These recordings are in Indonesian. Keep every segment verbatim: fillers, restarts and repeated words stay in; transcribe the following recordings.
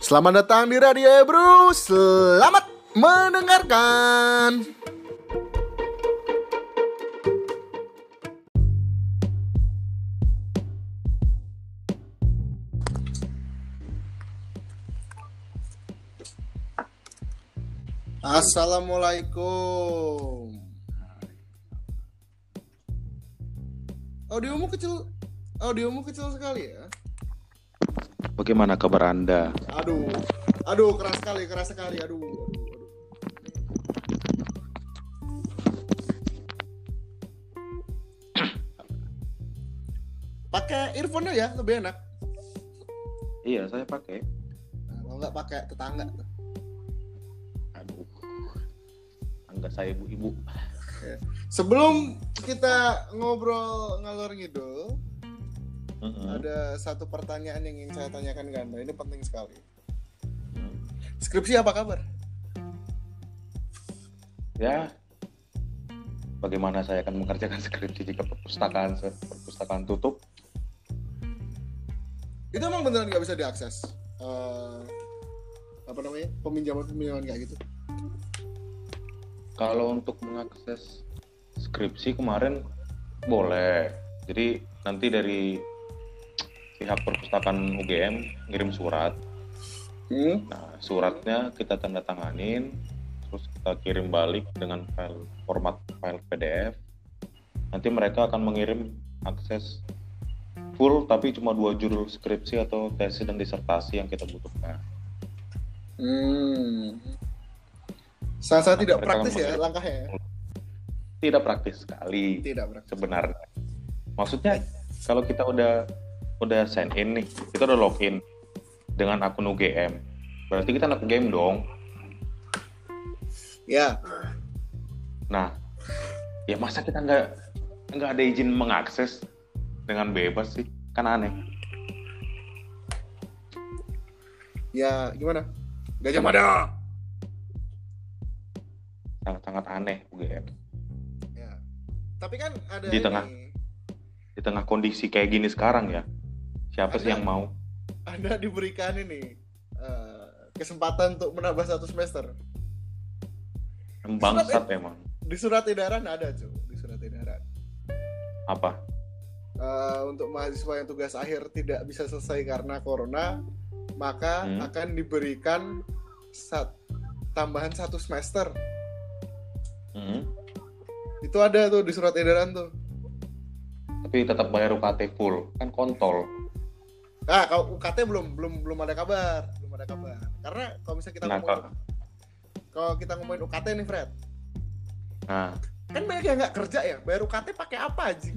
Selamat datang di Radio Ebru. Selamat mendengarkan. Assalamualaikum. Audiomu kecil, audiomu kecil sekali ya. Bagaimana kabar Anda? Aduh, aduh keras sekali, keras sekali, aduh, aduh, aduh. Pakai earphone ya, lebih enak. Iya, saya pakai. Nah, kalau nggak pakai tetangga. Aduh, angga saya ibu-ibu. Sebelum kita ngobrol ngalor ngidul, Uh-huh. ada satu pertanyaan yang ingin saya tanyakan ke Anda. Ini penting sekali. Skripsi apa kabar? Ya, bagaimana saya akan mengerjakan skripsi jika perpustakaan perpustakaan tutup? Itu emang beneran nggak bisa diakses? Uh, apa namanya? Peminjaman-peminjaman kayak gitu? Kalau untuk mengakses skripsi kemarin boleh. Jadi nanti dari pihak perpustakaan U G M ngirim surat. Hmm? Nah, suratnya kita tanda tanganin, terus kita kirim balik dengan file format file P D F. Nanti mereka akan mengirim akses full, tapi cuma dua judul skripsi atau tesis dan disertasi yang kita butuhkan. Hmm. Sangat-sangat tidak Mereka praktis ya mengirim. langkahnya. Ya? Tidak praktis sekali. Tidak praktis. Sebenarnya. Maksudnya kalau kita udah udah sign in nih, kita udah login dengan akun U G M, berarti kita anak U G M dong. Ya. Nah, ya masa kita nggak nggak ada izin mengakses dengan bebas sih, kan aneh. Ya gimana? Gajah Mada. Sangat-sangat aneh U G M. Ya. Tapi kan ada Di ini. tengah di tengah kondisi kayak gini sekarang ya, siapa Anda, sih yang mau? Anda diberikan ini uh, kesempatan untuk menambah satu semester. Bangsat Surat, emang. Di surat edaran ada cuy, di surat edaran. Apa? Uh, untuk mahasiswa yang tugas akhir tidak bisa selesai karena corona, maka Hmm. akan diberikan sat, tambahan satu semester. Hmm. Itu ada tuh di surat edaran tuh. Tapi tetap bayar U K T full, kan kontol. Ah, kalau U K T belum belum belum ada kabar, belum ada kabar. Karena kalau misalnya kita Nah, ngomongin, kalau- kalau kita ngomongin U K T nih, Fred, Nah, kan banyak yang nggak kerja ya, bayar U K T pakai apa anjing?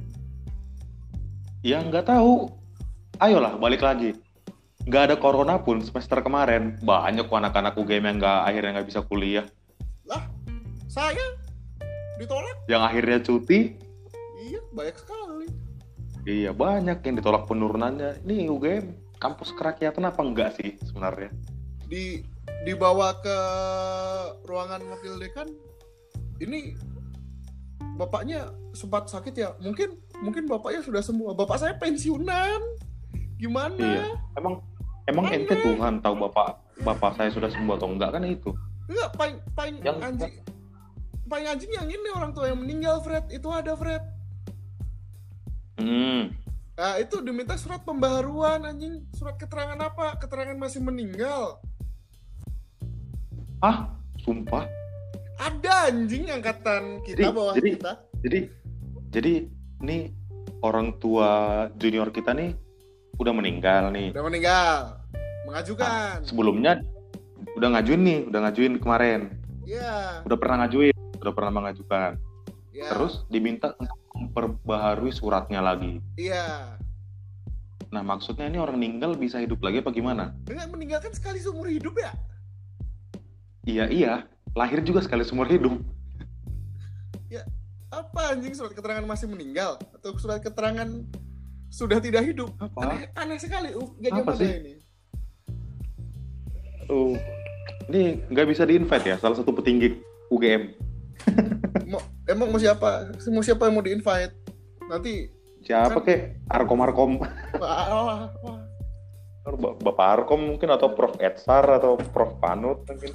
ya nggak tahu. Ayolah balik lagi. Nggak ada corona pun semester kemarin banyak kok anak-anak U G M yang nggak akhirnya nggak bisa kuliah. Lah, saya ditolak? Yang akhirnya cuti, Iya, banyak sekali. iya banyak yang ditolak penurunannya. Ini U G M kampus kerakyatan apa enggak sih sebenarnya? Di dibawa ke ruangan wakil dekan, ini bapaknya sempat sakit ya? Mungkin mungkin bapaknya sudah sembuh. Bapak saya pensiunan. Gimana? Iya. Emang emang Aneh. ente Tuhan tahu bapak bapak saya sudah sembuh atau enggak, kan itu. Enggak, paling paling Yang- anjing. Paling anjing yang ini orang tua yang meninggal, Fred. Itu ada, Fred. Hmm. Nah, itu diminta surat pembaharuan, anjing. Surat keterangan apa? Keterangan masih meninggal. Ah, sumpah. Ada anjing angkatan kita, Jadi- bawah jadi- kita. Jadi jadi nih orang tua junior kita nih udah meninggal nih. Udah meninggal. Nah, Mengajukan. sebelumnya udah ngajuin nih, udah ngajuin kemarin. Iya. Udah pernah ngajuin, udah pernah mengajukan. Iya. Terus diminta untuk memperbaharui suratnya lagi. Iya. Nah, maksudnya ini orang meninggal bisa hidup lagi apa gimana? Dengan meninggalkan sekali seumur hidup ya? Iya, iya. Lahir juga sekali seumur hidup. Apa anjing, surat keterangan masih meninggal? Atau surat keterangan sudah tidak hidup? Apa? Aneh, aneh sekali. Uh, Gajah Apa Mada sih? ini. Tuh. Ini nggak bisa di-invite ya, salah satu petinggi U G M. Mau, emang mau siapa? Mau siapa yang mau di-invite? Nanti Siapa Kan- kek? Arkom-arkom. wah, wah, wah. Bapak Arkom mungkin, atau Prof Etsar atau Prof Panut mungkin,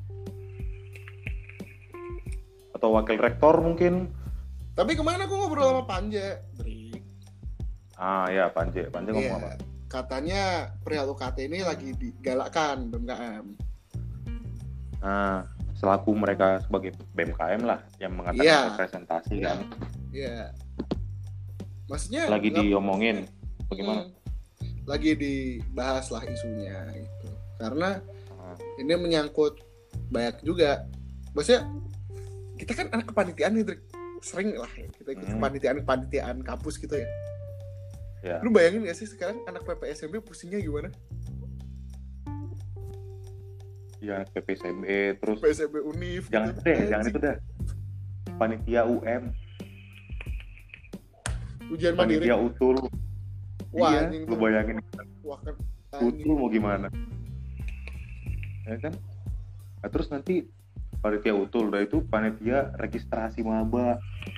atau wakil rektor mungkin. Tapi kemana aku ngobrol sama Panje, Dri? Ah ya, Panje, Panje ngomong Iya, apa? katanya perihal U K T ini lagi digalakkan B M K M. Nah, selaku mereka sebagai B M K M lah yang mengatakan Iya. representasi kan, Iya. Maksudnya lagi nggak- diomongin bagaimana? Hmm, lagi dibahas lah isunya gitu. Karena Ah, ini menyangkut banyak juga. Maksudnya kita kan anak kepanitiaan nih, Dri. Sering lah ya, kita ikut Hmm. kepanitiaan-kepanitiaan kampus gitu ya. ya. Lu bayangin gak sih sekarang anak P P S M B pusingnya gimana? Ya P P S M B terus P S M B Univ jangan gitu. deh, jangan Anjing. itu dah. Panitia U M, Ujian mandiri. panitia utul. Wah, Iya, anjing lu tuh. bayangin Wah, kan utul mau gimana? Ya kan? Nah, terus nanti panitia utul, udah itu panitia registrasi maba.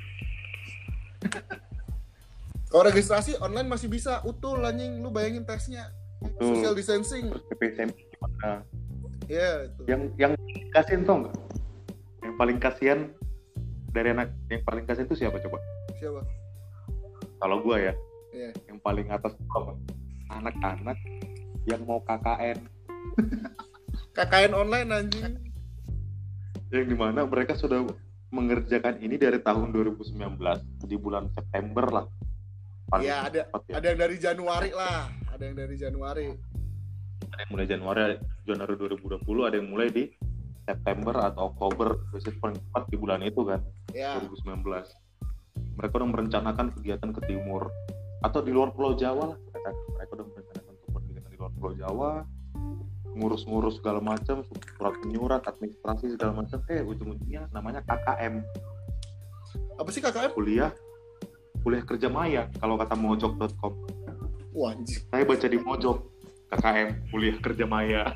kalau registrasi online masih bisa utul anjing, lu bayangin tesnya. Betul. Social distancing. Terus P P S M B gimana? Ya, itu. Yang yang kasihan tau nggak? Yang paling kasihan dari anak, yang paling kasihan itu siapa coba? Siapa? Kalau gua ya, Iya. yang paling atas itu apa? Anak-anak yang mau K K N, K K N online anjing. yang dimana mereka sudah mengerjakan ini dari tahun dua ribu sembilan belas di bulan September lah. Paling Iya, ada cepat ya. ada yang dari Januari lah. Ada yang dari Januari. Ada yang mulai Januari, Januari dua ribu dua puluh, ada yang mulai di September atau Oktober, biasanya paling cepat di bulan itu kan, Ya. dua ribu sembilan belas. Mereka udah merencanakan kegiatan ke timur atau di luar Pulau Jawa lah. Mereka udah merencanakan untuk kegiatan di luar Pulau Jawa, ngurus-ngurus segala macam, surat menyurat, administrasi segala macam. Eh, ujung-ujungnya namanya K K M, Apa sih K K M? kuliah kuliah kerja maya kalau kata mojok dot com. Wah, anjing. Saya baca di mojok, K K M kuliah kerja maya.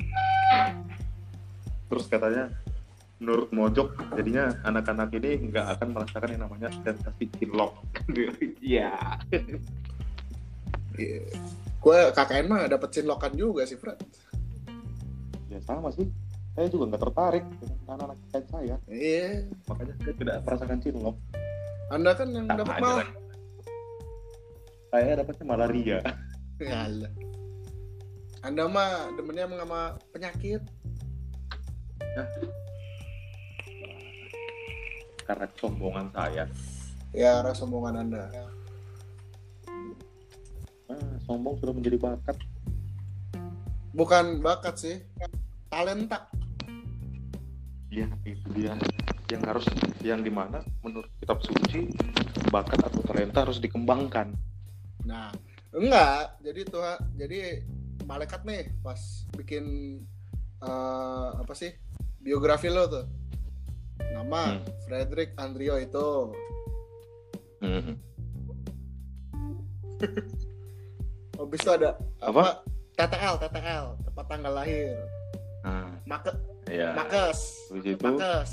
Terus katanya menurut mojok jadinya anak-anak ini nggak akan merasakan yang namanya sensasi cinlok. Iya. Iya. Gue K K N mah dapet cinlokan juga sih, Fred. Ya sama sih, saya juga nggak tertarik dengan anak-anak kayak saya, Iya. makanya saya tidak merasakan cinlok. Anda kan yang Sama dapat aja malah. kan. Saya dapatnya malaria. Ya Allah. Anda mah demennya emang sama penyakit. Karena kesombongan saya. Ya, rasa omongan Anda. Nah, sombong sudah menjadi bakat. Bukan bakat sih, talenta. Ya itu dia yang harus, yang dimana menurut kitab suci bakat atau talenta harus dikembangkan. Nah, enggak. Jadi tuh, jadi malaikat nih pas bikin uh, apa sih biografi lo tuh, nama Hmm. Frederick Andrio itu. Hmm. Habis itu ada Apa? T T L, T T L, tempat tanggal lahir. Nah, Make, ya. Makes, Habis itu Makes,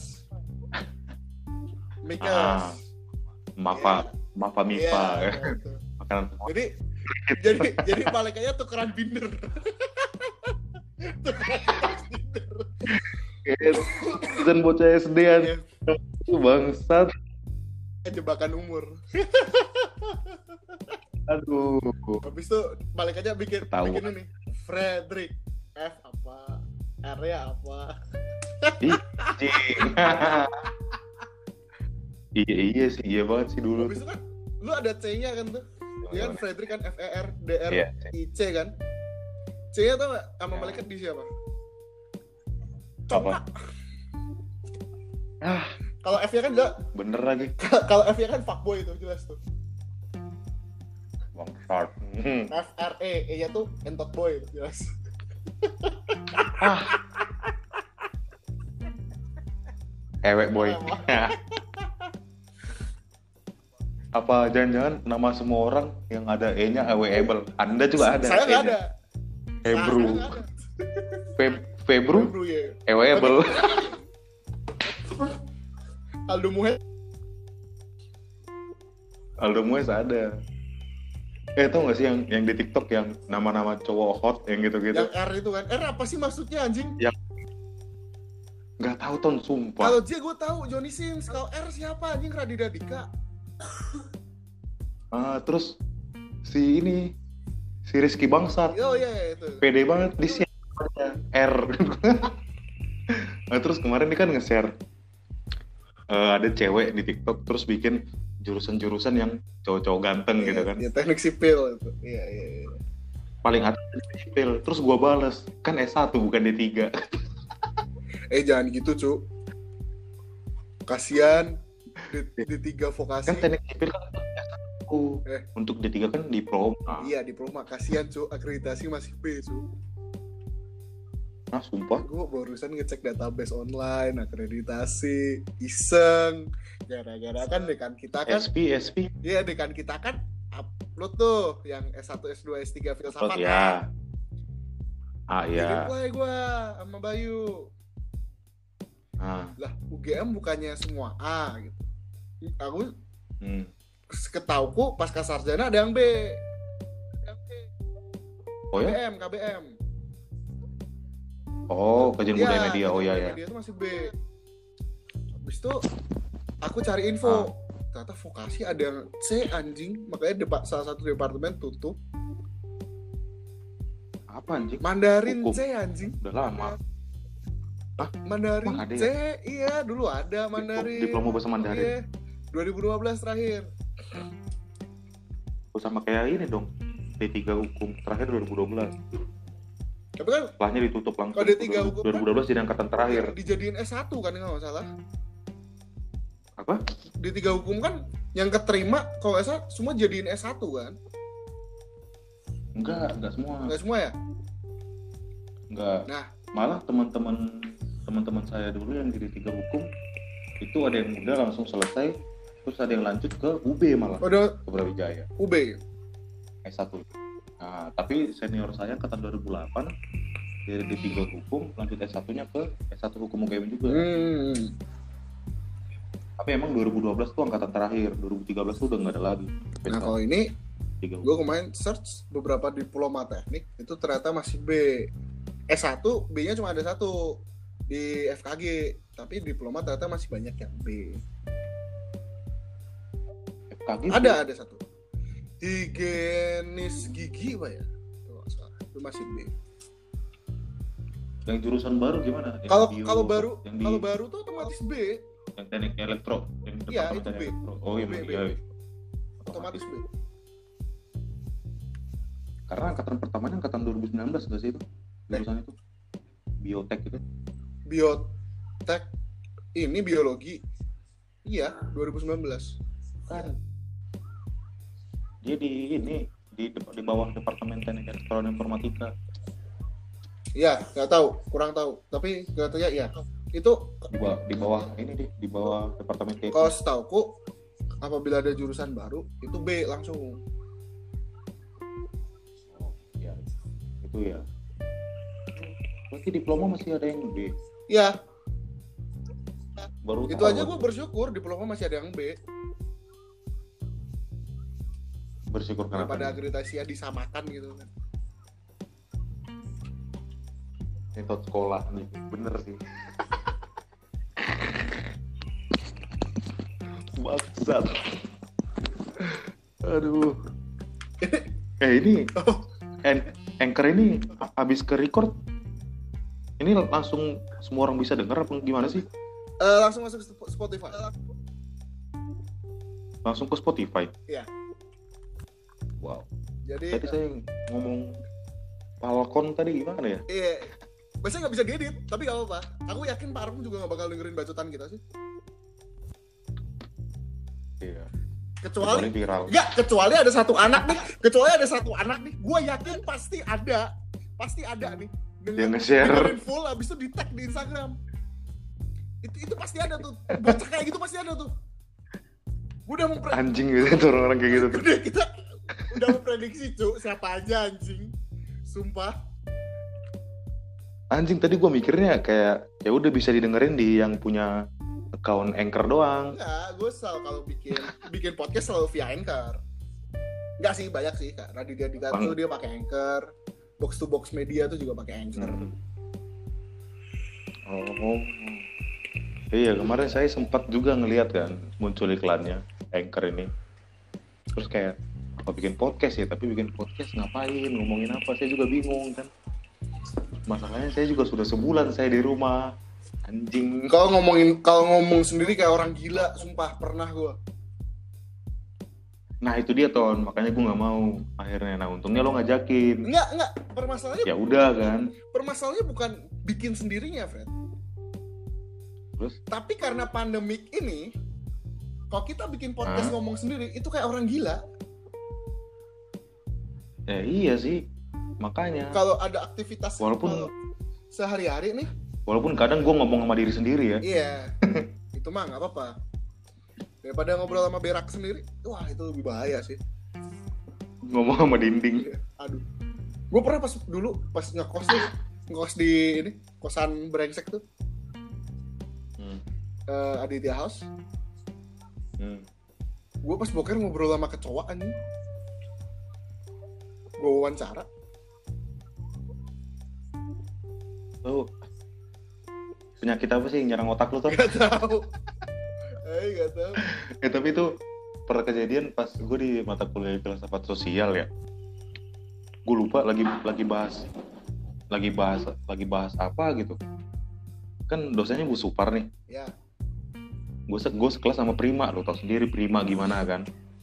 Mikes. Ah, Mafa, Mafa Mifa, Iya, ya. gitu. Makanan. Jadi jadi jadi malaikatnya tukeran binder. Tukeran binder. Dan bocah S D-an Iya. itu bangsat. Jebakan umur. Aduh. Habis itu malaikatnya bikin Ketahuan. bikin ini Frederick F apa, R-nya apa. Ijing. Iya iya sih, iya banget sih dulu. Habis itu kan lu ada C-nya kan tuh. Dia kan Frederick kan F E R D R Iya. I C kan. C-nya tau gak sama Ya. malaikat di siapa? Apa? Congkak. Ah, Kalau F-nya kan enggak. bener lagi. Kalau F-nya kan fuckboy itu jelas tuh. Bangsat. Hmm. F R E, E-nya tuh entot boy itu jelas. Ewek boy. Apa jangan-jangan nama semua orang yang ada E-nya awable? Anda juga ada. Saya nggak E-nya. ada. Febru. Saya nggak ada. Fe- Febru. Febru ya. Awable. Aldo Muhe. Aldo Mues ada. Eh tau gak sih yang yang di TikTok yang nama-nama cowok hot yang gitu-gitu? Yang R itu kan. R apa sih maksudnya anjing? Yang nggak tahu ton sumpah. Kalau J gue tahu Johnny Sins. Kalau R siapa anjing? Raditya Dika. Ah, terus si ini si Rizky Bangsat. Oh iya, iya itu. Pede banget di share R. Nah, terus kemarin dia kan nge-share uh, ada cewek di TikTok terus bikin jurusan-jurusan yang cowok-cowok ganteng iya, gitu kan. Iya, teknik sipil itu. Iya, iya, iya. Paling atas teknik sipil. Terus gua bales, kan S satu bukan D tiga. Eh jangan gitu, Cuk. Kasian D, D3 vokasi. Kan teknik sipil kan S satu. Eh. Untuk D tiga kan diploma. Iya, diploma. Kasian, Cuk. Akreditasi masih B, Cuk. Nah, sumpah. Gue barusan ngecek database online, akreditasi, iseng. Gara-gara kan dekan kita kan. S P, S P. Iya, dekan kita kan upload tuh yang S satu, S dua, S tiga filsafat. Oh iya. Ah iya. Kirim gue sama Bayu. Ah. Lah, U G M bukannya semua A gitu. Aku Hmm. ketauku pasca sarjana ada yang B. Ada yang B. Oh ya? K B M, K B M. Oh, kajian Ya, budaya media. Oh iya ya. Media itu masih B. Habis itu aku cari info. Ah. Ternyata vokasi ada yang C anjing. Makanya depa- salah satu departemen tutup. Apa anjing? Mandarin Hukum. C anjing. Udah lama. Hah? Mandarin Emang ada C, ya? iya dulu ada Mandarin. Diploma bahasa Mandarin. Iya. dua ribu dua belas terakhir. Oh, sama kayak ini dong. D tiga hukum terakhir dua ribu dua belas. Tapi kan Setelahnya ditutup langsung. kalau D tiga hukum dua ribu dua belas jadi angkatan terakhir. dijadiin S satu kan kalau nggak salah. Apa? D tiga hukum kan yang keterima kalau nggak salah semua jadiin S satu kan? Enggak, enggak semua. Nggak semua ya? Enggak. Nah. Malah teman-teman teman-teman saya dulu yang di D tiga hukum itu ada yang muda langsung selesai, terus ada yang lanjut ke U B malah. Udah ke Brawijaya. U B. S satu. Nah, tapi senior saya angkatan dua ribu delapan dari D tiga hukum lanjut S satu-nya ke S satu hukum U G M juga. Hmm. Tapi emang dua ribu dua belas tuh angkatan terakhir, dua ribu tiga belas tuh udah nggak ada lagi. Nah kalau ini Tiga gue kemarin search beberapa diploma teknik itu ternyata masih B. S satu B-nya cuma ada satu di F K G, tapi diploma ternyata masih banyak yang B. F K G Ada ada satu. Higienis gigi apa ya? Tuh, salah. Itu masih B. Yang jurusan baru gimana? Yang Kalau bio, kalau baru yang di, kalau baru tuh otomatis B. yang teknik elektro, yang Iya, departemen itu B. elektro. Oh iya, B, B, iya. B. Otomatis B. Karena angkatan pertamanya angkatan dua ribu sembilan belas nggak sih itu? Jurusan itu? Biotek itu? Biotek ini biologi. Iya, dua ribu sembilan belas. Kan dia di ini di di bawah departemen teknik elektronik informatika. Iya, nggak tahu, kurang tahu. Tapi katanya iya. Itu Di bawah di bawah ini deh, di bawah departemen teknik. kalau setauku apabila ada jurusan baru itu B langsung. Oh, ya. Itu ya. Berarti diploma masih ada yang B. Iya, Baru itu tahu. aja gue bersyukur diploma masih ada yang B. Bersyukur karena Daripada akreditasinya disamakan gitu kan. metode sekolah nih, bener sih. Bangsat. Aduh. Eh ini en- anchor ini habis ke record. Ini langsung semua orang bisa dengar apa gimana sih? Uh, langsung masuk ke Spotify. Langsung ke Spotify. Iya. Wow. Jadi Tadi saya ngomong Falcon tadi gimana ya? iya. Biasanya nggak bisa diedit, tapi gak apa-apa. Aku yakin Pak Arfung juga nggak bakal dengerin bacotan kita sih. Iya. Kecuali, Kecuali viral. nggak, kecuali ada satu anak nih, kecuali ada satu anak nih, gue yakin pasti ada, pasti ada nih. Dia nge-share. Dengerin full, abis itu di tag di Instagram. Itu itu pasti ada tuh, baca kayak gitu pasti ada tuh. Gue udah mau pre- Anjing gitu tuh orang-orang kayak gitu tuh. udah kita udah mau prediksi cu, siapa aja anjing, sumpah. Anjing tadi gue mikirnya kayak ya udah bisa didengerin di yang punya account Anchor doang. Enggak, gue selalu kalau bikin bikin podcast selalu via Anchor. Enggak sih, banyak sih Kak. Raditya Dika tuh dia pakai Anchor. Box to Box Media tuh juga pakai Anchor. Hmm. Oh. Iya, kemarin saya sempat juga ngelihat kan muncul iklannya Anchor ini. Terus kayak apa bikin podcast ya, tapi bikin podcast ngapain, ngomongin apa, saya juga bingung kan. Masalahnya saya juga sudah sebulan saya di rumah. Anjing. Kalau ngomongin kalau ngomong sendiri kayak orang gila, sumpah pernah gue. Nah itu dia Ton, makanya gue nggak mau akhirnya. Nah untungnya lo ngajakin. Enggak enggak, permasalahannya. Ya udah kan. Permasalahannya bukan bikin sendirinya, Fred. Terus? Tapi karena pandemik ini, kalau kita bikin podcast Hah? ngomong sendiri, itu kayak orang gila. Ya iya sih, makanya. Kalau ada aktivitas walaupun sehari-hari nih. Walaupun kadang gue ngomong sama diri sendiri ya. Iya, itu mah nggak apa-apa. Daripada ngobrol sama berak sendiri, wah itu lebih bahaya sih. Ngomong sama dinding. Aduh, gue pernah pas dulu pas ngekos tuh, ngekos di ini kosan brengsek tuh, hmm. uh, Aditya House. Hmm. Gue pas boker ngobrol sama kecoa anjing. Gue wawancara. Lu penyakit apa sih yang nyerang otak lu tuh? Gak tau. Eh gak tau. Eh tapi itu pernah kejadian pas gue di mata kuliah filsafat sosial ya. Gue lupa lagi lagi bahas lagi bahas lagi bahas apa gitu. Kan dosennya Bu Supar nih. Ya. Gue se gue sekelas sama Prima, lo tau sendiri Prima gimana kan?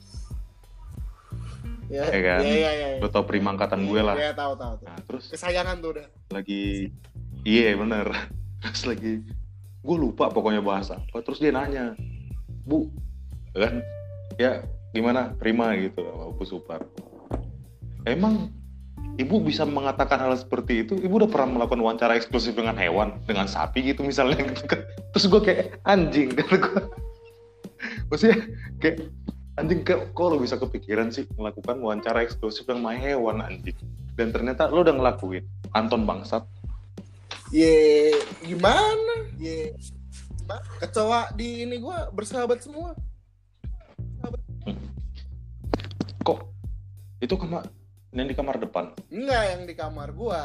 Ya, ya kan? Ya, ya, ya, ya. Lo tau Prima angkatan gue lah. Iya tahu tahu. Nah terus kesayangan tuh udah. Lagi iya bener. Terus lagi gue lupa pokoknya bahasa apa. Terus dia nanya, Bu, kan? Ya gimana Prima gitu sama Bu Supar. Emang Ibu bisa mengatakan hal seperti itu? Ibu udah pernah melakukan wawancara eksklusif dengan hewan, dengan sapi gitu misalnya gitu kan? Terus gue kayak anjing kan gue. Maksudnya kayak anjing kok lo bisa kepikiran sih melakukan wawancara eksklusif dengan hewan anjing? Dan ternyata lo udah ngelakuin. Anton bangsat. Ye gimana? Ye kecoa di ini gue bersahabat semua. Hmm. Kok itu kamar yang di kamar depan? Enggak, yang di kamar gua.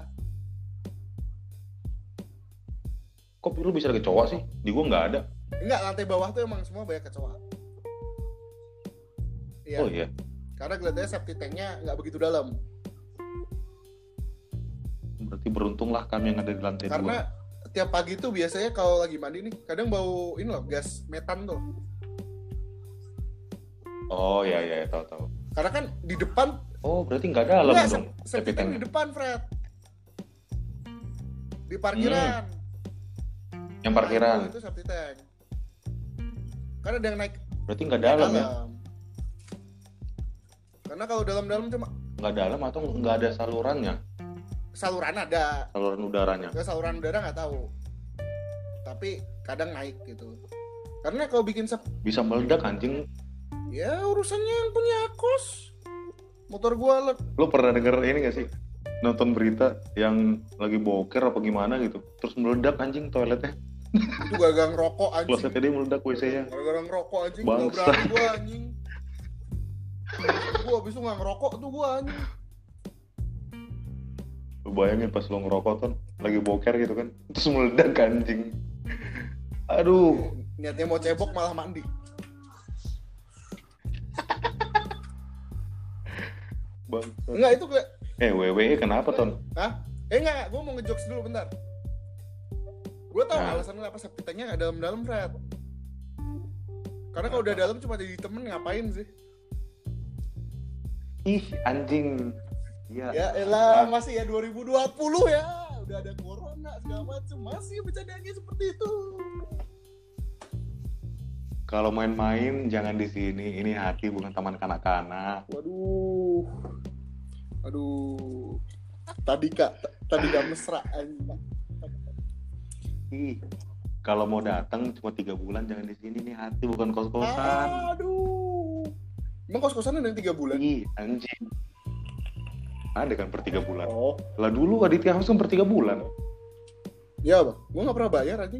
Kok lu bisa ada kecoa sih? Di gua nggak ada. Enggak, lantai bawah tuh emang semua banyak kecoa. Iya. Oh iya. Karena kelihatannya septic tank-nya nggak begitu dalam. Berarti beruntunglah kami yang ada di lantai dua. Karena tiap pagi tuh biasanya kalau lagi mandi nih, kadang bau ini loh, gas metan tuh. Oh iya iya, tahu tahu. Karena kan di depan. Oh berarti nggak dalam enggak, dong. Septic tank di depan, Fred. Di parkiran. Hmm. Yang parkiran. Nah, itu, itu septic tank. Karena ada yang naik. Berarti nggak dalam, dalam ya? Karena kalau dalam-dalam cuma. Nggak dalam atau nggak ada salurannya? Saluran ada. Saluran udaranya. Ke saluran udara nggak tahu. Tapi kadang naik gitu. Karena kalau bikin sep... bisa meledak anjing. Ya urusannya yang punya kos. Motor gua le- lo pernah denger ini gak sih, nonton berita yang lagi boker apa gimana gitu terus meledak anjing toiletnya? Itu gara-gara ngerokok anjing. Klosetnya dia meledak W C-nya. Gara-gara ngerokok anjing. Bangsa. Gak berani gua anjing. Gua abis itu gak ngerokok tuh gua anjing. Lu bayangin pas lo ngerokok kan lagi boker gitu kan terus meledak anjing. Aduh, niatnya mau cebok malah mandi. Bang. Enggak itu kayak Eh W W E kenapa Ton? Hah? Eh enggak, gue mau ngejokes dulu bentar. Gue tau nah. alasannya apa septic tanknya nggak dalam-dalam, Fred. Karena kalau udah dalam cuma jadi temen ngapain sih? Ih anjing. Ya, ya elah masih ya dua ribu dua puluh ya, udah ada corona segala macam masih bercandanya seperti itu. Kalau main-main jangan di sini, ini hati bukan taman kanak-kanak. Waduh, aduh, tadi kak, tadi gak mesra anjing. Ih, kalau mau datang cuma tiga bulan jangan di sini, nih hati bukan kos-kosan. Aduh, emang kos-kosan ada yang tiga bulan? Ih, anjing. Ada kan per tiga bulan. Oh, lah dulu Aditya House kan per tiga bulan. Ya bang, gue nggak pernah bayar anjing.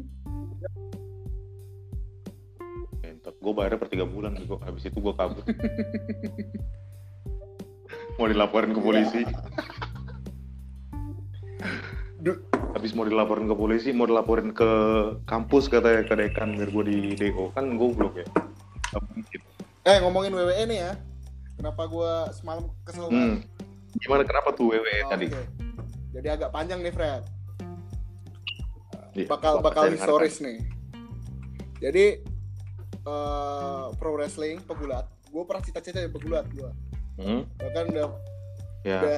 Gue bayar per tiga bulan, gue habis itu gue kabur. mau dilaporin ke polisi. Du- Habis mau dilaporin ke polisi, mau dilaporin ke kampus katanya, ke dekan biar gue di D O. Kan goblok ya. Gak mungkin. Eh ngomongin W W E nih ya. Kenapa gue semalam kesel banget? Hmm. Gimana, kenapa tuh W W E Oh, tadi? oke. Jadi agak panjang nih Fred. Iya, Bakal Bapak bakal saya historis nih. Jadi eh, pro wrestling pegulat. Gue pernah cita-cita jadi pegulat gue. Hmm? Bahkan udah Ya. udah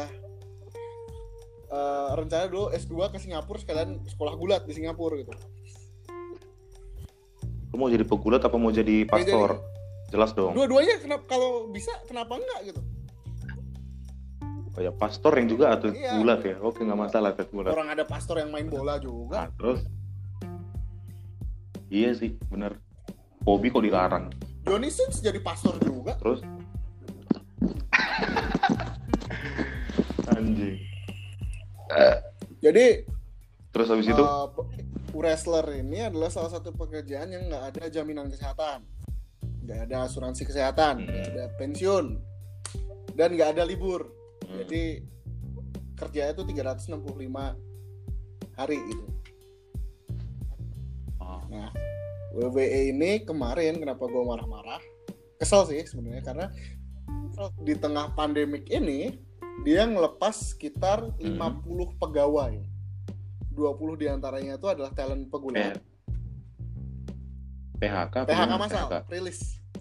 eh, rencana dulu S dua ke Singapura sekalian sekolah gulat di Singapura gitu. Lu mau jadi pegulat apa mau jadi pastor? Jelas dong. Dua-duanya kenapa, kalau bisa kenapa enggak gitu? Oh ya, pastor yang juga atlet Iya. gulat ya. Oke, nggak masalah atlet gulat. Orang ada pastor yang main bola juga. Nah, terus iya sih, bener. Hobi kok dilarang. Johnny Sins jadi pastor juga. Terus anjing. Jadi Terus habis itu uh, wrestler ini adalah salah satu pekerjaan yang nggak ada jaminan kesehatan, nggak ada asuransi kesehatan, nggak Hmm. ada pensiun, dan nggak ada libur. Hmm. Jadi kerjanya itu tiga ratus enam puluh lima hari gitu. Oh, Nah, W W E ini kemarin kenapa gue marah-marah? Kesel sih sebenarnya karena di tengah pandemik ini dia ngelepas sekitar lima puluh pegawai. dua puluh diantaranya itu adalah talent pegulat. P H K apa P H K gimana? massal, P H K? rilis.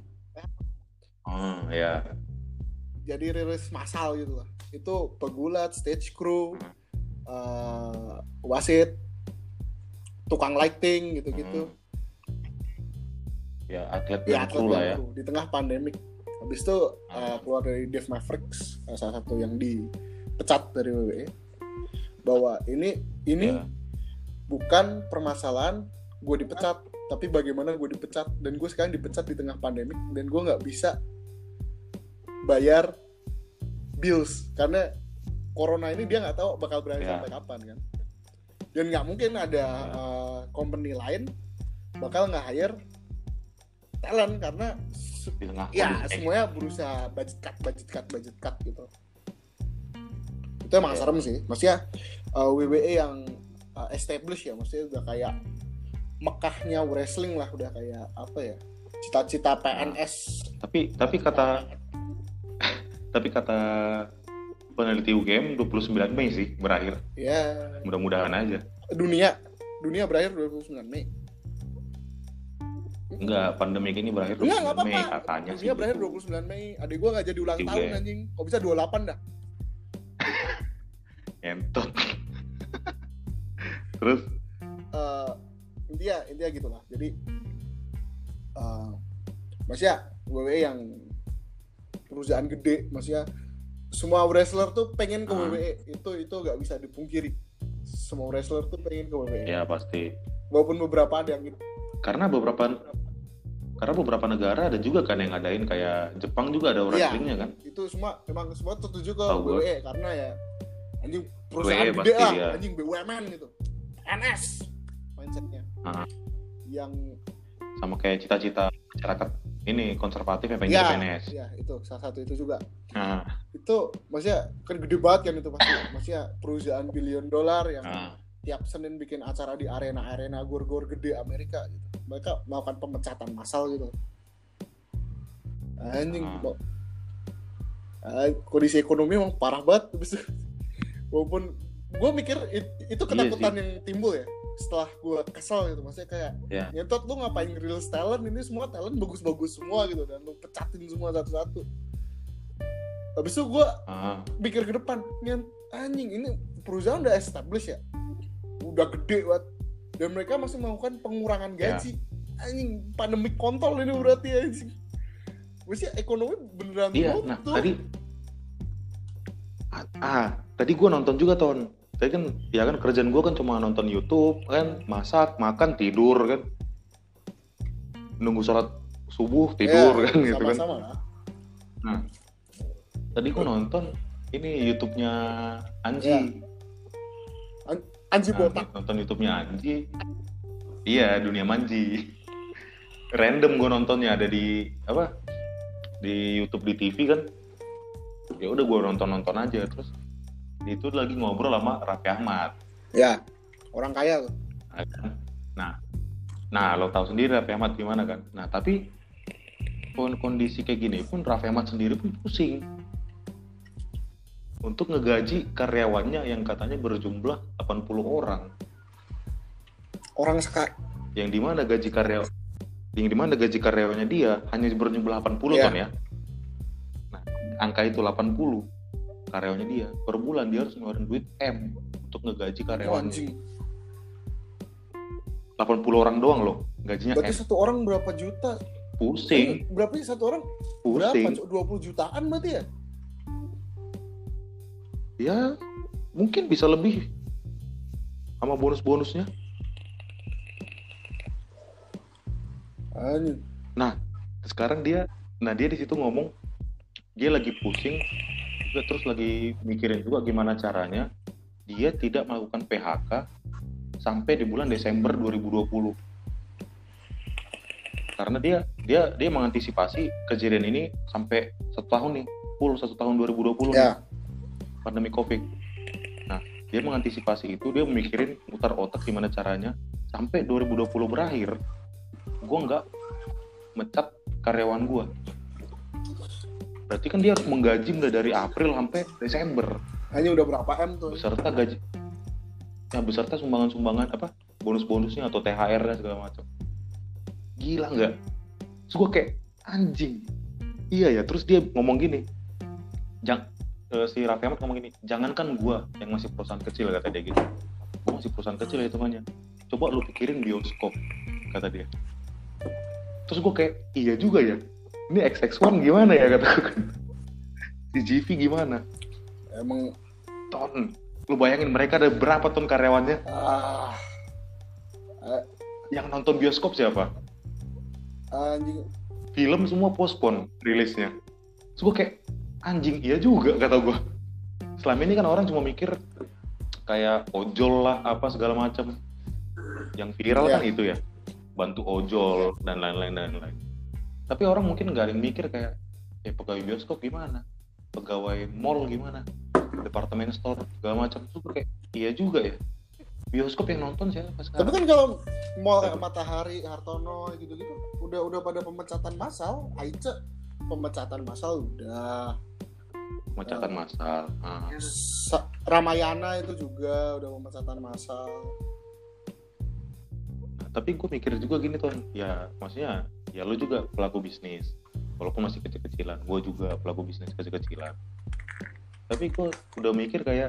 Oh ya. Jadi rilis massal gitu lah. Itu pegulat, stage crew, Hmm. uh, wasit, tukang lighting gitu-gitu. Hmm. Ya atlet Ya dan atlet kru lah dan ya. kru di tengah pandemik. Habis itu uh, keluar dari Dave Mavericks, uh, salah satu yang dipecat dari W W E, bahwa ini ini Ya. bukan permasalahan gue dipecat, tapi bagaimana gue dipecat, dan gue sekarang dipecat di tengah pandemik dan gue nggak bisa bayar bills karena corona ini dia nggak tahu bakal berlangsung Ya. sampai kapan kan, dan nggak mungkin ada Ya. uh, company lain bakal nggak hire talent karena se- Di tengah ya pandemi. semuanya berusaha budget cut budget cut budget cut gitu. Itu emang Ya. serem sih, maksudnya uh, W W E yang uh, established ya, maksudnya udah kayak Mekahnya wrestling lah, udah kayak apa ya, cita-cita P N S. Tapi tapi kata tapi kata peneliti U G M dua puluh sembilan Mei sih berakhir. Ya, Mudah-mudahan aja. dunia dunia berakhir dua puluh sembilan Mei. Enggak, pandemi ini berakhir Enggak, dua enggak puluh sembilan Mei apa-apa. katanya sih. Dunia berakhir gitu. dua puluh sembilan Mei. Adik gua enggak jadi ulang Juga tahun ya. anjing. Kok bisa dua puluh delapan dah? Entot. Terus Eh, intinya intinya gitulah. Jadi eh maksudnya W W E yang perusahaan gede, maksudnya semua wrestler tuh pengen ke Hmm. W W E, itu itu nggak bisa dipungkiri. Semua wrestler tuh pengen ke W W E. ya pasti. Walaupun beberapa ada yang gitu. Karena beberapa karena beberapa negara ada juga kan yang ngadain, kayak Jepang juga ada wrestlingnya kan. Itu semua memang semua tertuju ke Tahu W W E karena ya anjing W W perusahaan E gede pasti, lah, ya. anjing B U M N gitu. N S mindsetnya. Ah. Yang Sama kayak cita-cita masyarakat ini konservatif yang pengen ya, jadi P N S. ya itu salah satu itu juga. Nah, Itu maksudnya kan gede banget kan itu pasti. Maksudnya perusahaan billion dolar yang nah, tiap Senin bikin acara di arena-arena gor-gor gede Amerika gitu. Mereka melakukan pemecatan massal gitu. Anjing, Ah. kok ah, kondisi ekonomi emang parah banget. Terus, walaupun gue mikir it- itu ketakutan Iya yang timbul ya setelah gue kesel gitu, maksudnya kayak ya. nyetot lu ngapain real talent, ini semua talent bagus-bagus semua gitu dan lu pecatin semua satu-satu. Habis itu gue Ah, mikir ke depan, "Nyen, anjing ini perusahaan udah established ya, udah gede banget, dan mereka masih melakukan pengurangan Ya. gaji. Anjing, pandemi kontol ini berarti anjing. Maksudnya ekonomi beneran iya, nah tadi ah, ah, tadi gue nonton juga Ton. Tadi kan ya kan kerjaan gue kan cuma nonton YouTube kan, masak, makan, tidur kan. Nunggu sholat subuh, tidur kan gitu kan. sama-sama lah. Nah, tadi gue nonton ini YouTube-nya Anji. Ya. Anji Nah, botak. nonton YouTube-nya Anji. Iya, Dunia Manji. Random gue nontonnya, ada di apa? Di YouTube, di T V kan. Ya udah gue nonton-nonton aja. Terus itu lagi ngobrol sama Raffi Ahmad. Ya, orang kaya tuh. Nah, nah lo tahu sendiri Raffi Ahmad gimana kan. Nah tapi kondisi kayak gini pun Raffi Ahmad sendiri pun pusing untuk ngegaji karyawannya yang katanya berjumlah delapan puluh orang. Orang sekali. Yang dimana gaji karyawan, yang dimana gaji karyawannya dia hanya berjumlah delapan puluh yeah. ton ya. Nah, angka itu delapan puluh karyawannya dia per bulan dia harus ngeluarin duit M untuk ngegaji karyawannya. Anjing. delapan puluh orang doang loh gajinya. Berarti M. Satu orang berapa juta? Pusing. Eh, berapa sih satu orang? Pusing. Berapa? dua puluh jutaan berarti ya? Ya, mungkin bisa lebih sama bonus-bonusnya. Anjing. Nah, sekarang dia, nah dia di situ ngomong, dia lagi pusing, juga terus lagi mikirin juga gimana caranya dia tidak melakukan P H K sampai di bulan Desember dua ribu dua puluh. Karena dia dia dia mengantisipasi kejadian ini sampai satu tahun nih, full satu tahun dua ribu dua puluh ya. nih, pandemi Covid. Nah, dia mengantisipasi itu, dia mikirin mutar otak gimana caranya sampai dua ribu dua puluh berakhir, gue nggak mecat karyawan gue. Berarti kan dia harus menggaji mulai dari April sampai Desember. Hanya udah berapa M tuh? Beserta gaji, ya beserta sumbangan-sumbangan apa, bonus-bonusnya atau T H R dan segala macam. Gila nggak? Terus gue kayak anjing. Iya ya. Terus dia ngomong gini, Jang, uh, si Raffi Ahmad ngomong gini, jangankan gue yang masih perusahaan kecil, kata dia gitu. Gue masih perusahaan kecil ya hitungannya. Coba lu pikirin bioskop, kata dia. Terus gue kayak, iya juga ya. Ini X X one gimana ya, kata gue. Si G V gimana? Emang ton. Lu bayangin mereka ada berapa ton karyawannya? Ah. Eh. Yang nonton bioskop siapa? Anjing. Film semua postpone rilisnya. Terus gue kayak, anjing iya juga, kata gue. Selama ini kan orang cuma mikir kayak ojol lah, apa segala macam. Yang viral yeah. kan itu ya, bantu ojol dan lain-lain dan lain-lain. Tapi orang mungkin nggak ada yang mikir kayak, ya pegawai bioskop gimana, pegawai mall gimana, departemen store segala macam. Terus gue kayak, iya juga ya. Bioskop yang nonton siapa sekarang? Tapi kan kalau mall kayak Matahari, Hartono gitu-gitu udah udah pada pemecatan massal, Aice pemecatan massal udah. Pemecatan uh, massal. Ah. Ramayana itu juga udah pemecatan massal. Nah, tapi gue mikir juga gini tuh, ya maksudnya ya lu juga pelaku bisnis, walaupun masih kecil-kecilan. Gue juga pelaku bisnis kecil-kecilan. Tapi gue udah mikir kayak,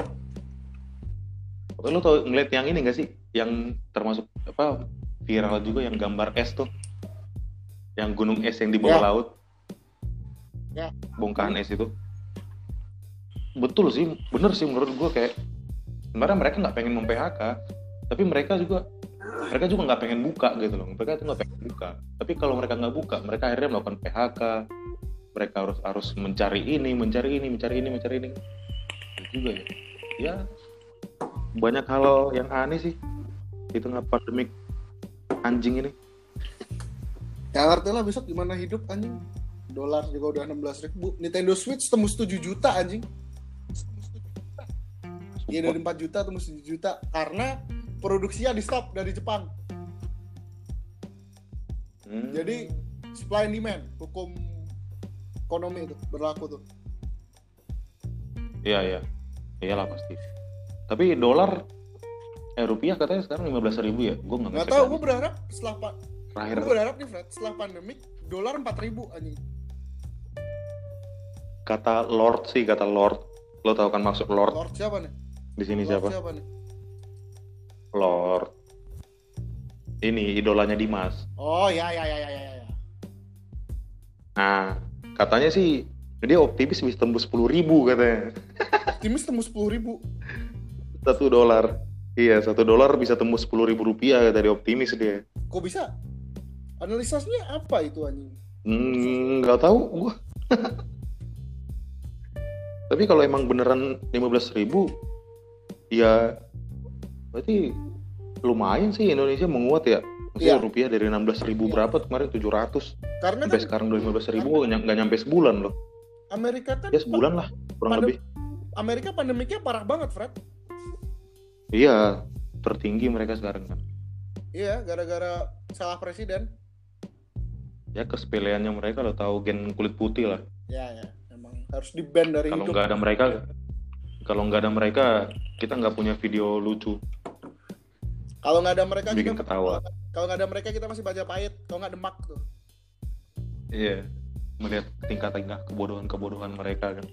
lu tau ngeliat yang ini nggak sih, yang termasuk apa viral juga yang gambar es tuh, yang gunung es yang di bawah ya. laut, ya. bongkahan es itu. Betul sih, bener sih menurut gue, kayak sebenarnya mereka nggak pengen mem-P H K, tapi mereka juga mereka juga nggak pengen buka gitu loh. Mereka tuh nggak pengen buka, tapi kalau mereka nggak buka, mereka akhirnya melakukan P H K. Mereka harus harus mencari ini, mencari ini, mencari ini, mencari ini. Itu juga ya. Ya banyak hal yang aneh sih di tengah pandemik anjing ini. Ya ngerti lah besok gimana hidup anjing. Dolar juga udah enam belas ribu. Nintendo Switch tembus tujuh juta anjing. Iya dari empat juta tembus tujuh juta karena produksinya di stop dari Jepang. Hmm. Jadi supply and demand, hukum ekonomi itu berlaku tuh. Iya iya. Iyalah pasti. Tapi dolar eh rupiah katanya sekarang lima belas ribu ya. Gue nggak tahu, gue berharap setelah pa- Terakhir. gue berharap nih Fred, setelah pandemik dolar empat ribu anjing. Kata Lord sih, kata Lord. Lo tau kan maksud Lord? Lord siapa nih? Di sini Lord siapa? siapa nih? Lord. Ini idolanya Dimas. Oh ya ya ya ya ya ya. Nah, katanya sih dia optimis bisa tembus sepuluh ribu katanya. Optimis tembus sepuluh ribu. Satu dolar. Iya, satu dolar bisa tembus sepuluh ribu rupiah, kata dia, optimis dia. Kok bisa? Analisasnya apa itu anjing? Hmm, nggak tahu gua. Tapi kalau emang beneran lima belas ribu, ya berarti lumayan sih Indonesia menguat ya. Maksudnya ya. Rupiah dari enam belas ribu ya. Berapa kemarin tujuh ratus. Karena sampai kan, sekarang udah lima belas ribu, nggak nyampe sebulan loh. Amerika kan Ya sebulan lah kurang pandem- lebih. Amerika pandemiknya parah banget, Fred. Iya, tertinggi mereka sekarang kan. Iya, gara-gara salah presiden. Ya kesepeleannya mereka lo tahu gen kulit putih lah. Ya, ya, emang harus di-ban dari Kalau hidup. nggak ada mereka, kalau nggak ada mereka, kita nggak punya video lucu Kalau nggak ada mereka bikin kita ketawa. kalau nggak ada mereka kita masih baca pahit, kalau nggak demak tuh. Iya, melihat tingkat-tingkat kebodohan-kebodohan mereka kan.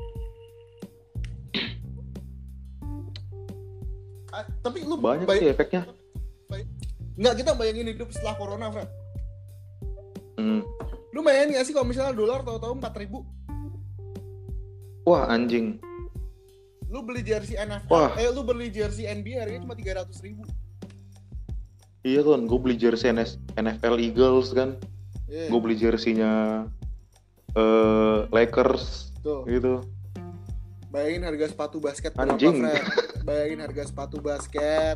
Ah, tapi lu Banyak bay- sih efeknya. nggak, kita bayangin hidup setelah corona, Fred. Hmm. Lu bayangin nggak sih kalau misalnya dolar tahu-tahu empat ribu? Wah anjing. Lu beli jersey N F L, Wah. eh lu beli jersey N B A harganya cuma tiga ratus ribu. Iya kan, gue beli jersey N F L Eagles kan, Yeah. gue beli jersinya eh, Lakers Tuh, gitu. bayangin harga sepatu basket berapa, Anjing. Fred? Bayangin harga sepatu basket.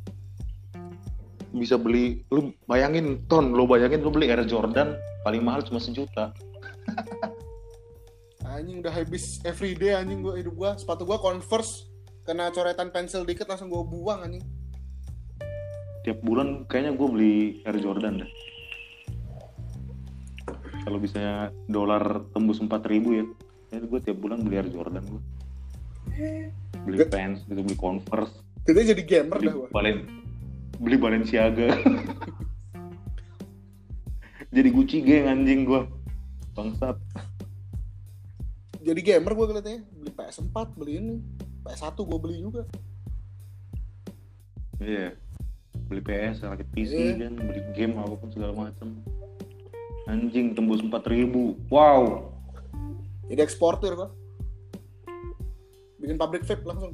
Bisa beli, lu bayangin ton, lu bayangin lu beli Air Jordan paling mahal cuma sejuta. Anjing udah habis everyday anjing gua hidup gua. Sepatu gua Converse kena coretan pensil dikit langsung gua buang anjing. Tiap bulan kayaknya gue beli Air Jordan dah. Kalau misalnya dolar tembus empat ribu ya, ya gue tiap bulan beli Air Jordan gue. Beli Gak- pants gitu, beli Converse, Kita jadi gamer beli dah gua. Balen, beli Balenciaga. Jadi Gucci gang anjing gue, bangsat. Jadi gamer gua kelihatannya. Beli P S four, beli ini. P S one gua beli juga. Iya, beli P S, rakit P C Iya. kan, beli game apapun segala macam. Anjing tembus empat ribu, wow. Jadi eksportir gua. Bikin pabrik vape langsung.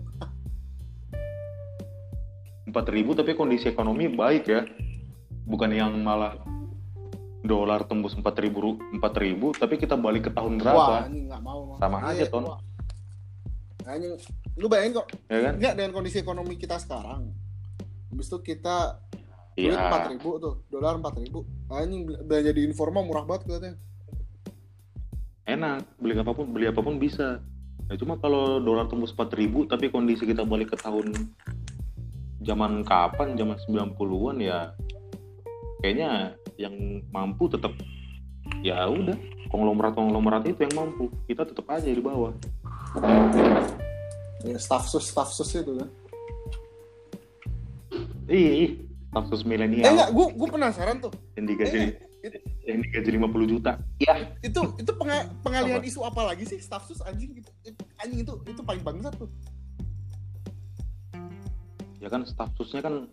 Empat ribu tapi kondisi ekonomi baik ya, bukan yang malah dolar tembus empat ribu empat ribu tapi kita balik ke tahun Wah, berapa, anjing nggak mau. Bang. sama Iya, aja ton, wah. Anjing, lu bayangin kok. ya kan? Enggak, dengan kondisi ekonomi kita sekarang. Habis itu kita duit Iya. empat ribu tuh, dolar empat ribu. Anjing belanja di Informa murah banget kelihatannya. Enak, beli apapun beli apapun bisa. Nah, cuma kalau dolar tembus empat ribu tapi kondisi kita balik ke tahun zaman kapan, zaman sembilan puluhan ya, kayaknya yang mampu tetap ya udah konglomerat konglomerat itu yang mampu, kita tetap aja di bawah. Ya, staff sus staff sus itu kan. Ih, status Eh milenial enggak, gua gua penasaran tuh. yang digaji Eh, it- yang digaji lima puluh juta. Ya, itu itu penga- pengalihan Apa? isu apa lagi sih staff sus anjing itu anjing itu itu paling bangsat tuh. ya kan statusnya kan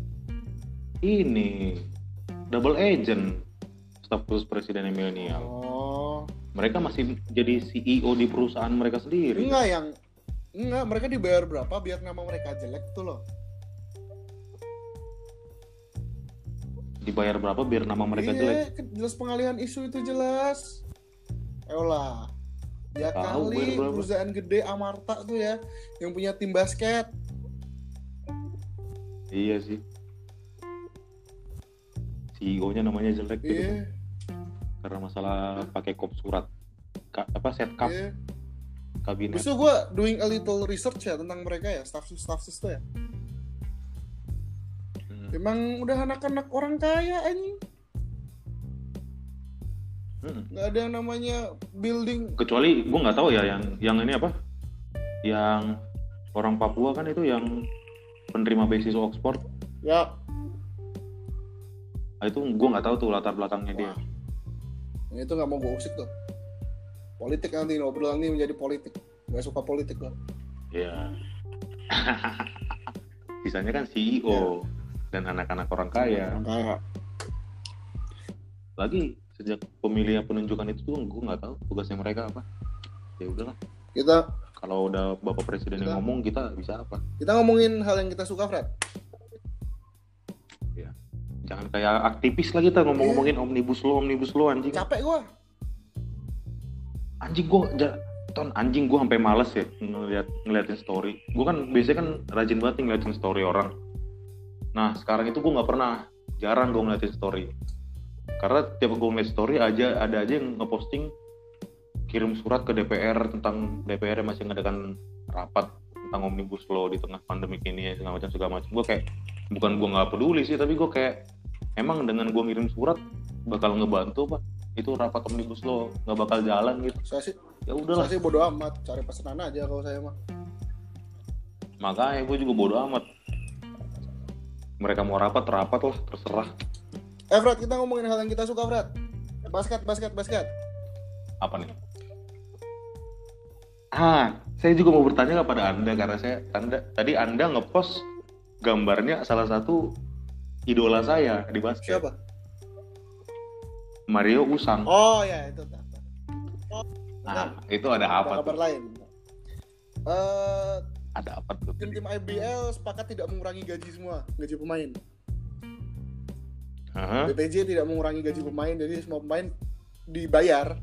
ini double agent, status presiden yang milenial. Oh. Mereka masih jadi C E O di perusahaan mereka sendiri. Enggak yang enggak mereka dibayar berapa biar nama mereka jelek tuh loh. Dibayar berapa biar nama mereka Iya, jelek? kan jelas pengalihan isu itu jelas. Eolah. Ya Tahu kali bayar berapa? perusahaan gede Amarta tuh ya yang punya tim basket. Iya sih. C E O-nya namanya jelek gitu kan. Iya, Karena masalah pakai kop surat. Ka- apa set cup iya. kabinet. Terus gue doing a little research ya tentang mereka ya, staff sus staff sus tuh ya. Hmm. Emang udah anak-anak orang kaya anjing. Hmm. Nggak ada yang namanya building. Kecuali gue nggak tahu ya yang yang ini apa? Yang orang Papua kan itu yang penerima beasiswa Oxford. Ya, Nah, itu gue nggak tahu tuh latar belakangnya dia. ini tuh nggak mau gue usik tuh. Politik nanti obrolan ini menjadi politik. Nggak suka politik gue. Iya. Sisanya kan C E O dan anak-anak orang kaya. Orang kaya. Lagi sejak pemilihan penunjukan itu tuh gue nggak tahu tugasnya mereka apa. Ya udahlah. Kita Kalau udah bapak presiden yang Kita- ngomong kita bisa apa? kita ngomongin hal yang kita suka, Fred. Jangan kayak aktivis lah kita ngomong-ngomongin omnibus law, omnibus law anjing. Capek gue. Anjing gue, ton anjing gue sampai males ya ngeliat ngeliatin story. Gue kan biasanya kan rajin banget nih ngeliatin story orang. Nah sekarang itu gue nggak pernah, jarang gue ngeliatin story. Karena tiap gue ngeliat story aja ada aja yang ngeposting kirim surat ke D P R tentang D P R yang masih ngadakan rapat tentang omnibus law di tengah pandemi ini ya, segala macam segala macam. Gue kayak bukan gue nggak peduli sih, tapi gue kayak emang dengan gue ngirim surat bakal ngebantu pak itu rapat omnibus law, nggak bakal jalan gitu. Saya sih Ya udahlah. Saya sih bodo amat, cari pesanan aja kalau saya mah. Makanya gue juga bodo amat. Mereka mau rapat rapat lah, terserah. Eh Fred, kita ngomongin hal yang kita suka Fred. Basket, basket, basket. Apa nih? Ah, saya juga mau bertanya kepada Anda karena saya anda, tadi Anda ngepost gambarnya salah satu idola saya di basket. Siapa? Mario Usang. Oh ya itu. Oh, nah, itu ada apa? Ada kabar lain. Uh, ada apa tuh? Tim-tim I B L sepakat tidak mengurangi gaji semua, gaji pemain. Uh-huh. B P J tidak mengurangi gaji pemain, jadi semua pemain dibayar.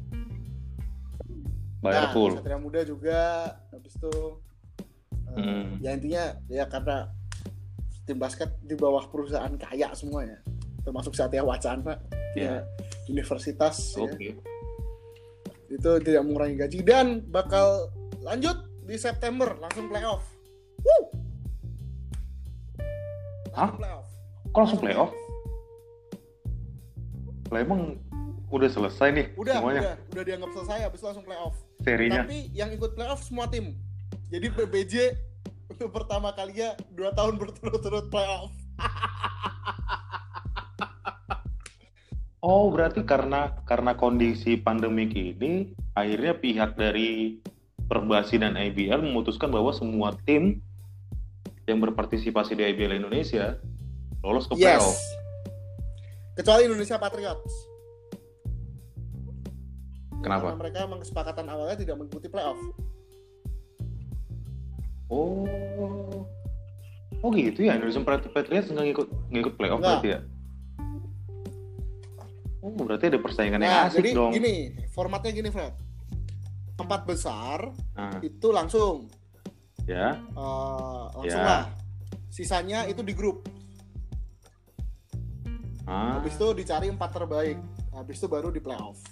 Bayar nah, full. Satria Muda juga, habis itu uh, hmm. ya intinya ya karena tim basket di bawah perusahaan kaya semuanya, termasuk Satya Wacana, yeah. ya universitas, okay. ya, itu tidak mengurangi gaji dan bakal lanjut di September langsung playoff. Woo! Hah? Playoff. Kok langsung playoff? Lah emang udah selesai nih udah, semuanya? Udah, udah dianggap selesai, habis itu langsung playoff. Serinya? Tapi yang ikut playoff semua tim. Jadi B B J untuk pertama kalinya dua tahun berturut-turut playoff. Oh, berarti karena karena kondisi pandemik ini akhirnya pihak dari Perbasi dan I B L memutuskan bahwa semua tim yang berpartisipasi di I B L Indonesia lolos ke playoff. Yes. Kecuali Indonesia Patriots. Kenapa? Karena mereka memang kesepakatan awalnya tidak mengikuti playoff. Oh, oh gitu ya, Indonesia Patriots nggak ngikut ngikut playoff berarti ya? Oh, berarti ada persaingan yang nah, asik jadi dong. Jadi gini, formatnya gini Fred. Empat besar nah. itu langsung. Ya. Uh, langsung ya. lah. Sisanya itu di grup. Ah. Habis itu dicari empat terbaik. Habis itu baru di playoff.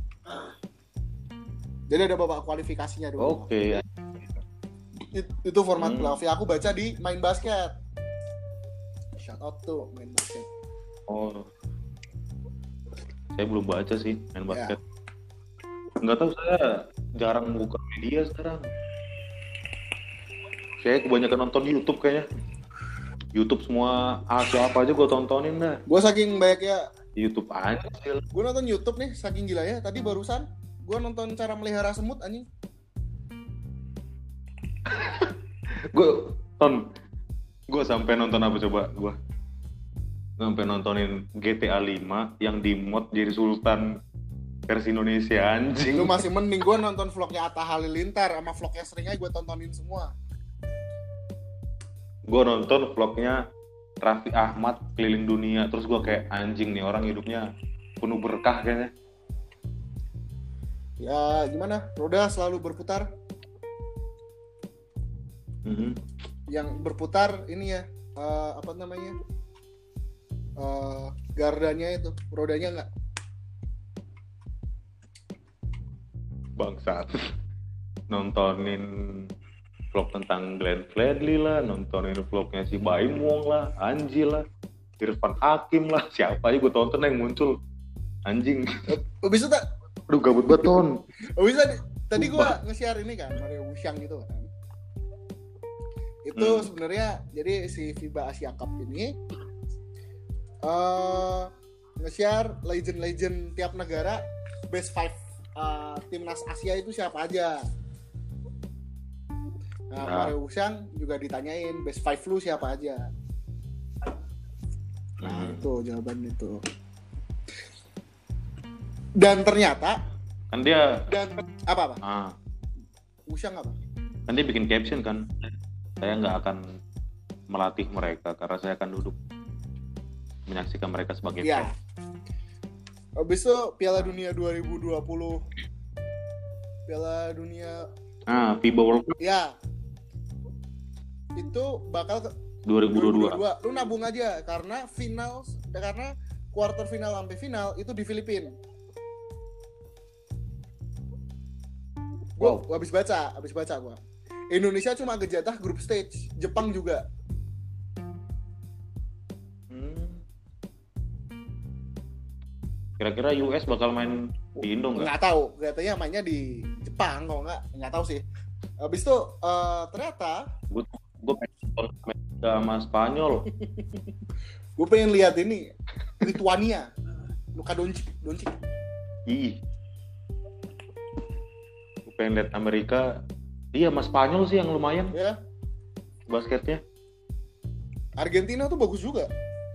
Jadi ada babak kualifikasinya dulu. Oke. Okay. It, itu format hmm. playoff. Ya aku baca di Main Basket. Shout out tuh Main Basket. Oh. Saya belum baca sih Main Basket. Ya. Nggak tahu, saya jarang buka media sekarang. Saya kebanyakan nonton YouTube kayaknya. YouTube semua ah, siapa aja gue tontonin dah. Gue saking banyaknya YouTube aja. Gue nonton YouTube nih saking gila ya. Tadi barusan gue nonton cara melihara semut anjing. Gue ton, gue sampai nonton apa coba gue? Sampai nontonin G T A lima yang di mod jadi Sultan versi Indonesia anjing. Itu masih mending, gue nonton vlognya Atta Halilintar sama vlognya Seringnya gue tontonin semua. Gue nonton vlognya Raffi Ahmad keliling dunia, terus gue kayak anjing nih orang hidupnya penuh berkah kayaknya. Ya gimana, roda selalu berputar. Mm-hmm. Yang berputar ini ya uh, apa namanya uh, gardanya itu, rodanya nggak. Bangsat. Nontonin vlog tentang Glenn Fredly lah, nontonin vlognya si Baim Wong lah, Anji lah, Irfan Hakim lah, siapa aja gue tonton yang muncul anjing. Oh, bisa tak? Aduh gabut beton. Oh, bisa tadi gue nge-share ini kan Mario Wuxiang gitu kan. Itu hmm. sebenarnya jadi si FIBA Asia Cup ini uh, nge-share legend-legend tiap negara best five uh, timnas Asia itu siapa aja. Nah, nah. Mario Wuxiang juga ditanyain best five lu siapa aja. Nah, hmm. itu jawaban itu. Dan ternyata kan dia dan apa apa? Ah. Wuxiang apa? Kan dia bikin caption kan. Saya nggak akan melatih mereka karena saya akan duduk menyaksikan mereka sebagai ya. Fan. Habis itu Piala Dunia dua ribu dua puluh. Piala Dunia Ah, FIBA World Cup. Ya. Itu bakal ke dua ribu dua puluh dua. Lu nabung aja karena final karena quarter final sampai final itu di Filipina. Gue Wow. habis baca, habis baca gue. Indonesia cuma kejatah grup stage, Jepang juga. Hmm. Kira-kira U S bakal main di Indo nggak? Nggak tahu, katanya mainnya di Jepang, kalau nggak nggak tahu sih. Habis itu uh, ternyata Gue gue pengen nonton Amerika sama Spanyol. gue pengen lihat ini Lituania, Luka Doncic, Doncic. Ih. Gue pengen lihat Amerika. Iya, mas Spanyol sih yang lumayan Ya, basketnya. Argentina tuh bagus juga.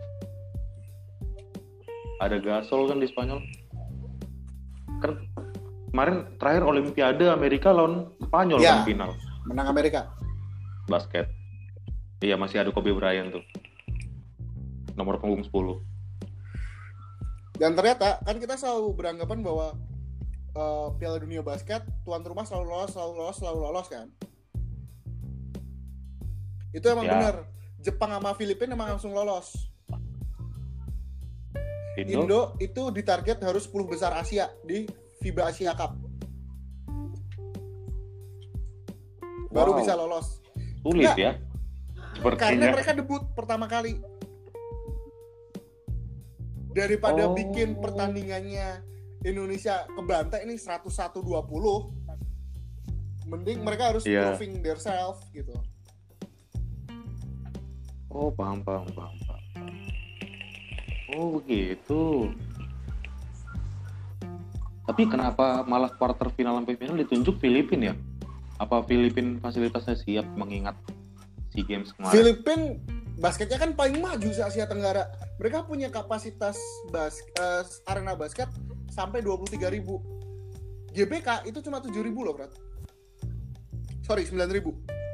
Ada Gasol kan di Spanyol. Kan kemarin terakhir Olimpiade Amerika lawan Spanyol Ya. kan final Menang Amerika. basket. Iya, masih ada Kobe Bryant tuh. Nomor punggung sepuluh. Dan ternyata kan kita selalu beranggapan bahwa uh, Piala Dunia Basket tuan rumah selalu lolos, selalu lolos, selalu lolos kan. Itu emang Ya. benar. Jepang sama Filipina emang langsung lolos. Indo, Indo itu ditarget harus sepuluh besar Asia di FIBA Asia Cup. Baru Wow. bisa lolos. sulit Nggak. ya. Karena Sepertinya. mereka debut pertama kali. Daripada Oh. bikin pertandingannya Indonesia kebantai ini seratus satu dua puluh, mending mereka harus Iya. proving themselves gitu. Oh, paham, paham, paham, paham. Oh, begitu. Tapi kenapa malah quarter final sampai final ditunjuk Filipina ya? Apa Filipina fasilitasnya siap mengingat SEA Games kemarin? Filipin basketnya kan paling maju se Asia Tenggara. Mereka punya kapasitas bas eh, arena basket sampai dua puluh tiga ribu. G B K itu cuma tujuh ribu loh, Brat. Sorry, sembilan ribu.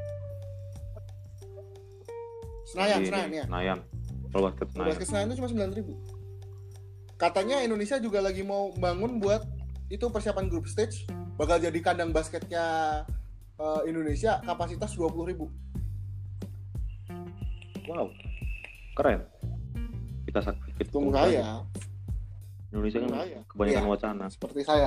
Senayan, Di- Senayan ya. Senayan. Kalau basket Senayan. Basket Senayan itu cuma sembilan ribu. Katanya Indonesia juga lagi mau bangun buat itu persiapan group stage, bakal jadi kandang basketnya eh, Indonesia kapasitas dua puluh ribu. Wow, keren. Kita sakit. Kita Tunggu tunggu saya, Indonesia kan Tunggu saya. kebanyakan Iya. wacana. seperti saya.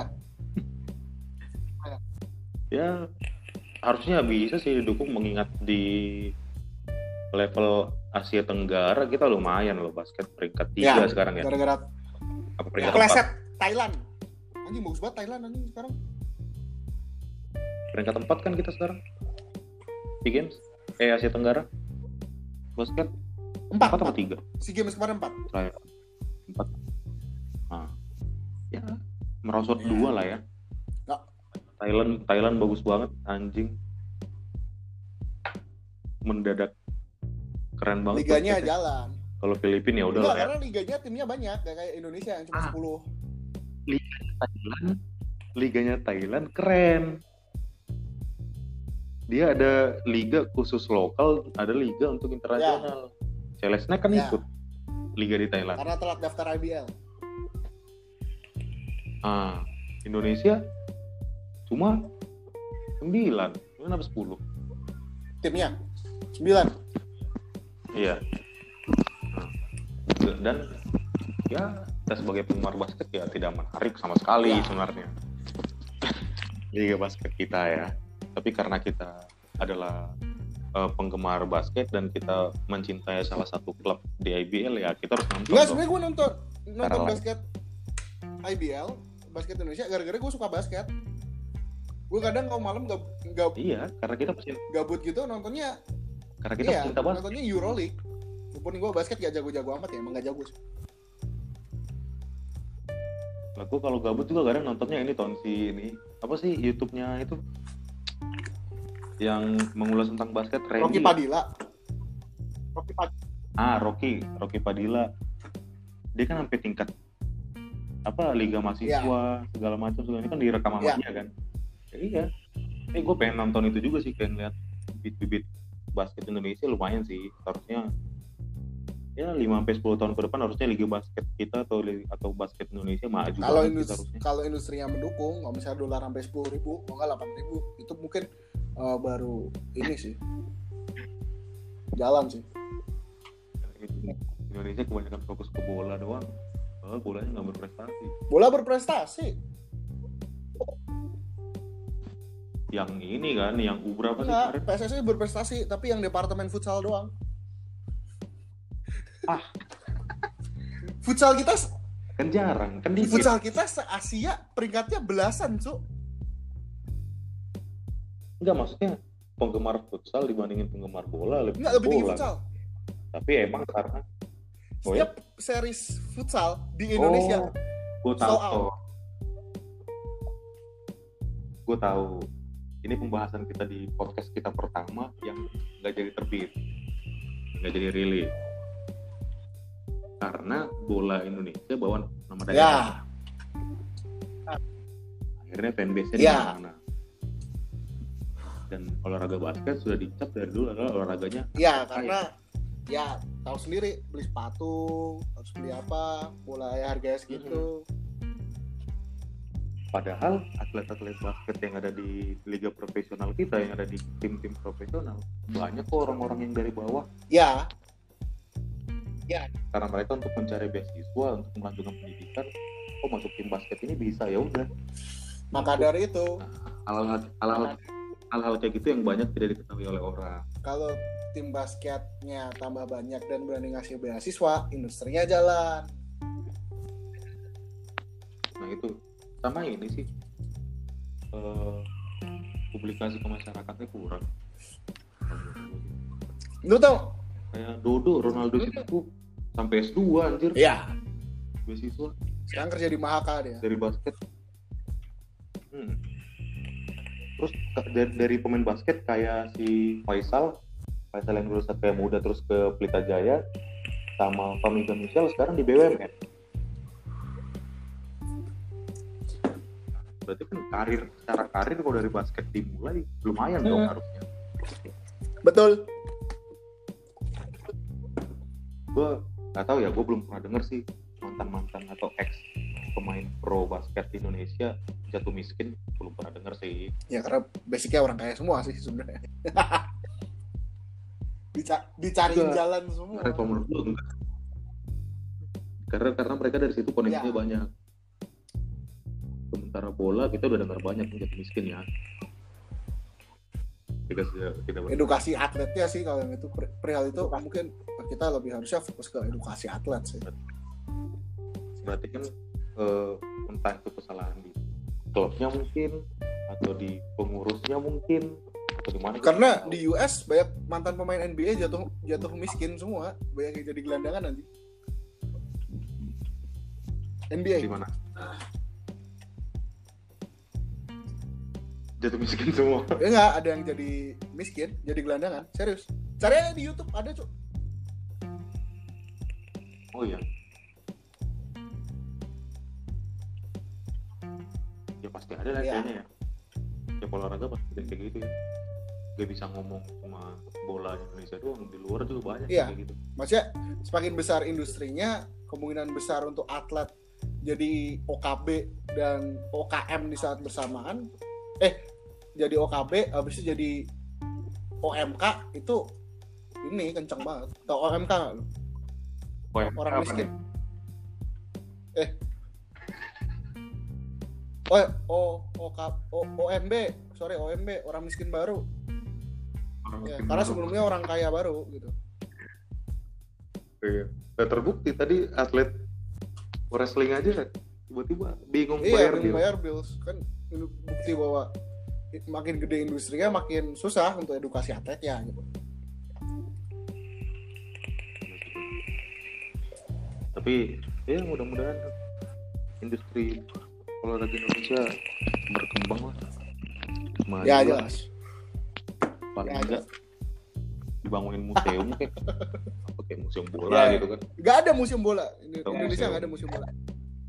Ya, harusnya bisa sih didukung mengingat di level Asia Tenggara kita lumayan loh basket peringkat tiga Ya, sekarang ya. Gara-gara Apa peringkat kepleset empat? Thailand. Anjing bagus banget Thailand anjing sekarang. Peringkat empat kan kita sekarang. SEA Games? Eh Asia Tenggara? Basket Empat, empat atau empat. tiga? SEA Games kemarin empat. Saya empat. Nah, ya merosot Ya. dua lah ya. Nggak. Thailand Thailand bagus banget anjing. Mendadak keren banget. Liganya basketnya. jalan. Kalau Filipina ya udah Enggak, lah ya. karena liganya timnya banyak, gak kayak Indonesia yang cuma Ah. sepuluh. Thailand, liganya Thailand keren. Dia ada liga khusus lokal, ada liga untuk internasional. Celesnya kan Ya. ikut liga di Thailand. Karena telat daftar I B L. Ah, Indonesia cuma sembilan, sembilan apa sepuluh? Timnya sembilan. Iya. Nah, dan ya kita sebagai penggemar basket ya tidak menarik sama sekali Ya. sebenarnya liga basket kita ya. Tapi karena kita adalah uh, penggemar basket dan kita mencintai salah satu klub di I B L ya kita harus nonton. Enggak, dong. sebenarnya gue nonton nonton Karena- basket I B L, basket Indonesia gara-gara gue suka basket. Gue kadang kalau malam gab, gab, Iya, karena kita pecinta, gabut gitu nontonnya, karena kita iya, pecinta basket. nontonnya Euroleague. Walaupun gue basket gak jago-jago amat ya, emang gak jago sih. Lah gue kalau gabut juga kadang nontonnya ini ton si ini apa sih YouTube-nya itu yang mengulas tentang basket Randy. Rocky Padilla. Rocky Padilla. Ah, Rocky, Rocky Padilla. Dia kan sampai tingkat apa liga mahasiswa segala macam segala ini kan direkam sama Ya. dia kan. Ya, iya. Eh gue pengen nonton itu juga sih, pengen lihat bibit-bibit basket Indonesia lumayan sih. Harusnya ya lima sampai sepuluh tahun ke depan harusnya liga basket kita atau atau basket Indonesia maju Kalau banget industri, kita harusnya. kalau industrinya mendukung, kalau misalnya dolar sampai sepuluh ribu, kalau nggak delapan ribu, itu mungkin uh, baru ini sih jalan sih. Indonesia kebanyakan fokus ke bola doang. Oh, bolanya nggak berprestasi. Bola berprestasi. yang ini kan, yang Ubra apa sih Enggak, kemarin? P S S I berprestasi, tapi yang departemen futsal doang. Ah, Futsal kita kan jarang, kan dikit. futsal kita se-Asia peringkatnya belasan, Cuk. Enggak, maksudnya penggemar futsal dibandingin penggemar bola lebih Enggak lebih tinggi bola. futsal. Tapi emang karena oh Setiap ya? series futsal di Indonesia Oh, gue tahu. sold out. Gue tahu. Ini pembahasan kita di podcast kita pertama yang nggak jadi terbit, nggak jadi rilis. Karena bola Indonesia bawa nama Ya, daerah. Akhirnya fanbase-nya di Ya. mana-mana. Dan olahraga basket sudah dicap dari dulu adalah olahraganya ya kaya. karena ya tahu sendiri beli sepatu harus beli apa, bola ya harganya segitu. Padahal atlet-atlet basket yang ada di liga profesional kita, yang ada di tim-tim profesional, banyak kok orang-orang yang dari bawah. Ya, Karena mereka untuk mencari beasiswa, untuk melanjutkan pendidikan, oh masuk tim basket ini bisa, ya udah. maka dari itu Hal-hal hal-hal hal-hal kayak gitu yang banyak tidak diketahui oleh orang. kalau tim basketnya tambah banyak dan berani ngasih beasiswa, industrinya jalan. Nah itu sama ini sih eh, publikasi ke masyarakatnya kurang. Lu tau? Kayak Dodo, Ronaldo itu sampai S dua anjir Iya. beasiswa Sekarang kerja di Mahaka dia. dari basket. Hmm. Terus ke- dari, dari pemain basket kayak si Faisal, Faisal yang dulu Satria Muda terus ke Pelita Jaya, sama Famiga Michel sekarang di B U M N. Berarti kan karir, secara karir kalau dari basket dimulai lumayan dong Hmm. harusnya. Betul. Gue nggak tahu ya, gue belum pernah denger sih mantan-mantan atau ex pemain pro basket di Indonesia jatuh miskin, belum pernah denger sih. Ya karena basicnya orang kaya semua sih sebenarnya. Dica- dicariin Enggak. jalan semua. Karena kalau menurut gue enggak. Karena karena mereka dari situ koneksinya Ya. banyak. Sementara bola kita udah dengar banyak yang jatuh miskin ya. Tidak tidak tidak banyak. Edukasi atletnya sih kalau yang itu per- perihal itu mungkin kita lebih harusnya fokus ke edukasi atlet sih. Berarti kan eh, entah itu kesalahan di klubnya mungkin atau di pengurusnya mungkin atau di mana. Karena di U S banyak mantan pemain N B A jatuh jatuh miskin semua, banyak yang jadi gelandangan nanti. N B A. Di mana? Jatuh miskin semua. Ya enggak, ada yang jadi miskin, jadi gelandangan. Serius. Cari aja di YouTube ada, Cuk. Oh iya. Ya pasti ada lah Iya. kayaknya ya. Ya olahraga pasti ada kayak gitu ya. Gak bisa ngomong cuma bola Indonesia doang, di luar juga banyak Iya. kayak gitu. Maksudnya semakin besar industrinya, kemungkinan besar untuk atlet jadi O K B dan O K M di saat bersamaan. Eh, jadi O K B habis itu jadi O M K itu ini kenceng banget. Tahu O M K nggak lu? Oh, ya, Orang apa miskin. nih? Eh. Oh, O O K O O M B, sorry O M B, orang miskin baru. Orang Ya, miskin karena baru. sebelumnya orang kaya baru gitu. Iya. Nah, terbukti tadi atlet wrestling aja tiba-tiba bingung Iya, bayar yang dia. bayar bills kan ini bukti bahwa makin gede industrinya makin susah untuk edukasi atletnya gitu. Tapi ya mudah-mudahan industri olahraga Indonesia berkembang lah. Maju Ya lah. jelas. Paling Ya, enggak dibangunin museum kayak apa kayak museum bola Ya, ya. gitu kan. Gak ada museum bola. Ini- Atau Indonesia museum. nggak ada museum bola.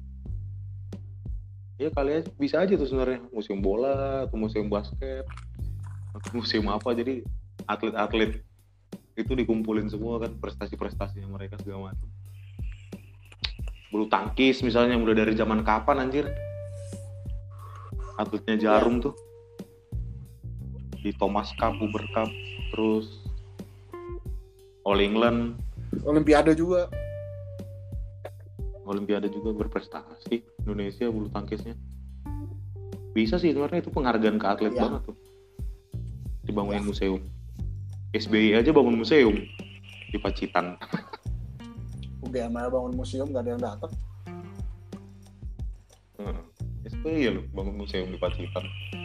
Ya kali aja bisa aja tuh sebenarnya museum bola atau museum basket atau museum apa, jadi atlet-atlet itu dikumpulin semua kan, prestasi-prestasinya mereka segala macam. Bulu tangkis misalnya udah dari zaman kapan anjir, atletnya Jarum tuh di Thomas Cup, Uber Cup, terus All England, Olimpiade juga. Olimpiade juga berprestasi Indonesia bulu tangkisnya. Bisa sih sebenarnya, itu penghargaan ke atlet Iya. banget tuh. dibangunin museum. S B Y aja bangun museum di Pacitan. U G M bangun museum gak ada yang datang. Hmm. S B Y ya loh bangun museum di Pacitan.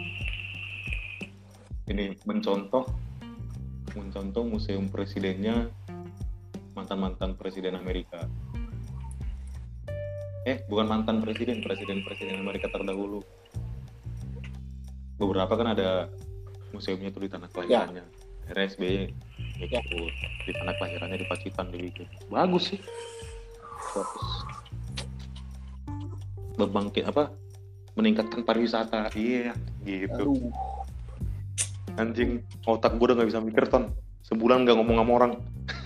Ini mencontoh mencontoh museum presidennya mantan-mantan presiden Amerika. Eh, bukan mantan presiden, presiden-presiden Amerika terdahulu. Beberapa kan ada museumnya tuh di tanah kelahirannya. Ya. R S B Y ikut ya. Di tanah kelahirannya di Pacitan dibikin. Bagus sih. Bagus. Berbangkit apa? Meningkatkan pariwisata. Iya, gitu. Aduh. Anjing, otak gue udah gak bisa mikir, Ton. Sebulan gak ngomong sama orang.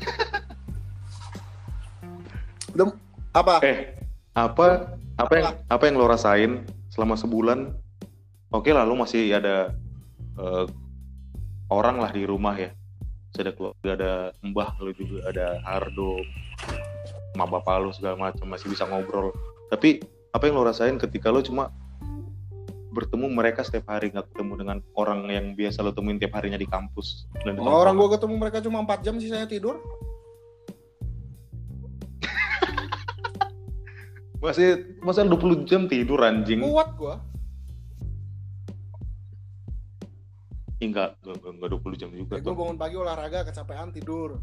Udah, apa? Eh, apa apa yang apa yang lo rasain selama sebulan? Oke lah, lo masih ada uh, orang lah di rumah ya. Ada keluarga, ada mbah lo juga, ada Hardo, sama bapak lo segala macam, masih bisa ngobrol. Tapi apa yang lo rasain ketika lo cuma bertemu mereka setiap hari, nggak ketemu dengan orang yang biasa lo temuin tiap harinya di kampus? Dan di oh, orang gue ketemu mereka cuma empat jam, sisanya tidur. Masih masa dua puluh jam tidur anjing. Kuat gua. Enggak, enggak, enggak dua puluh jam juga. Ya, gua bangun pagi olahraga, kecapean tidur.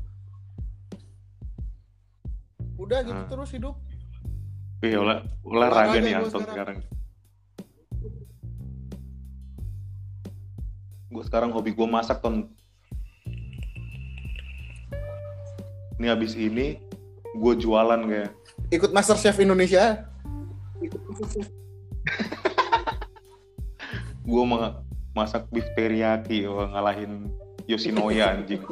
Udah gitu hmm. terus hidup. Iya, olah, olahraga, olahraga nih Anton sekarang. sekarang. Gue sekarang hobi gue masak, Ton. Ini habis ini gue jualan kayak. Ikut Master Chef Indonesia. Gue mau masak beef teriyaki, oh, ngalahin Yoshinoya anjing.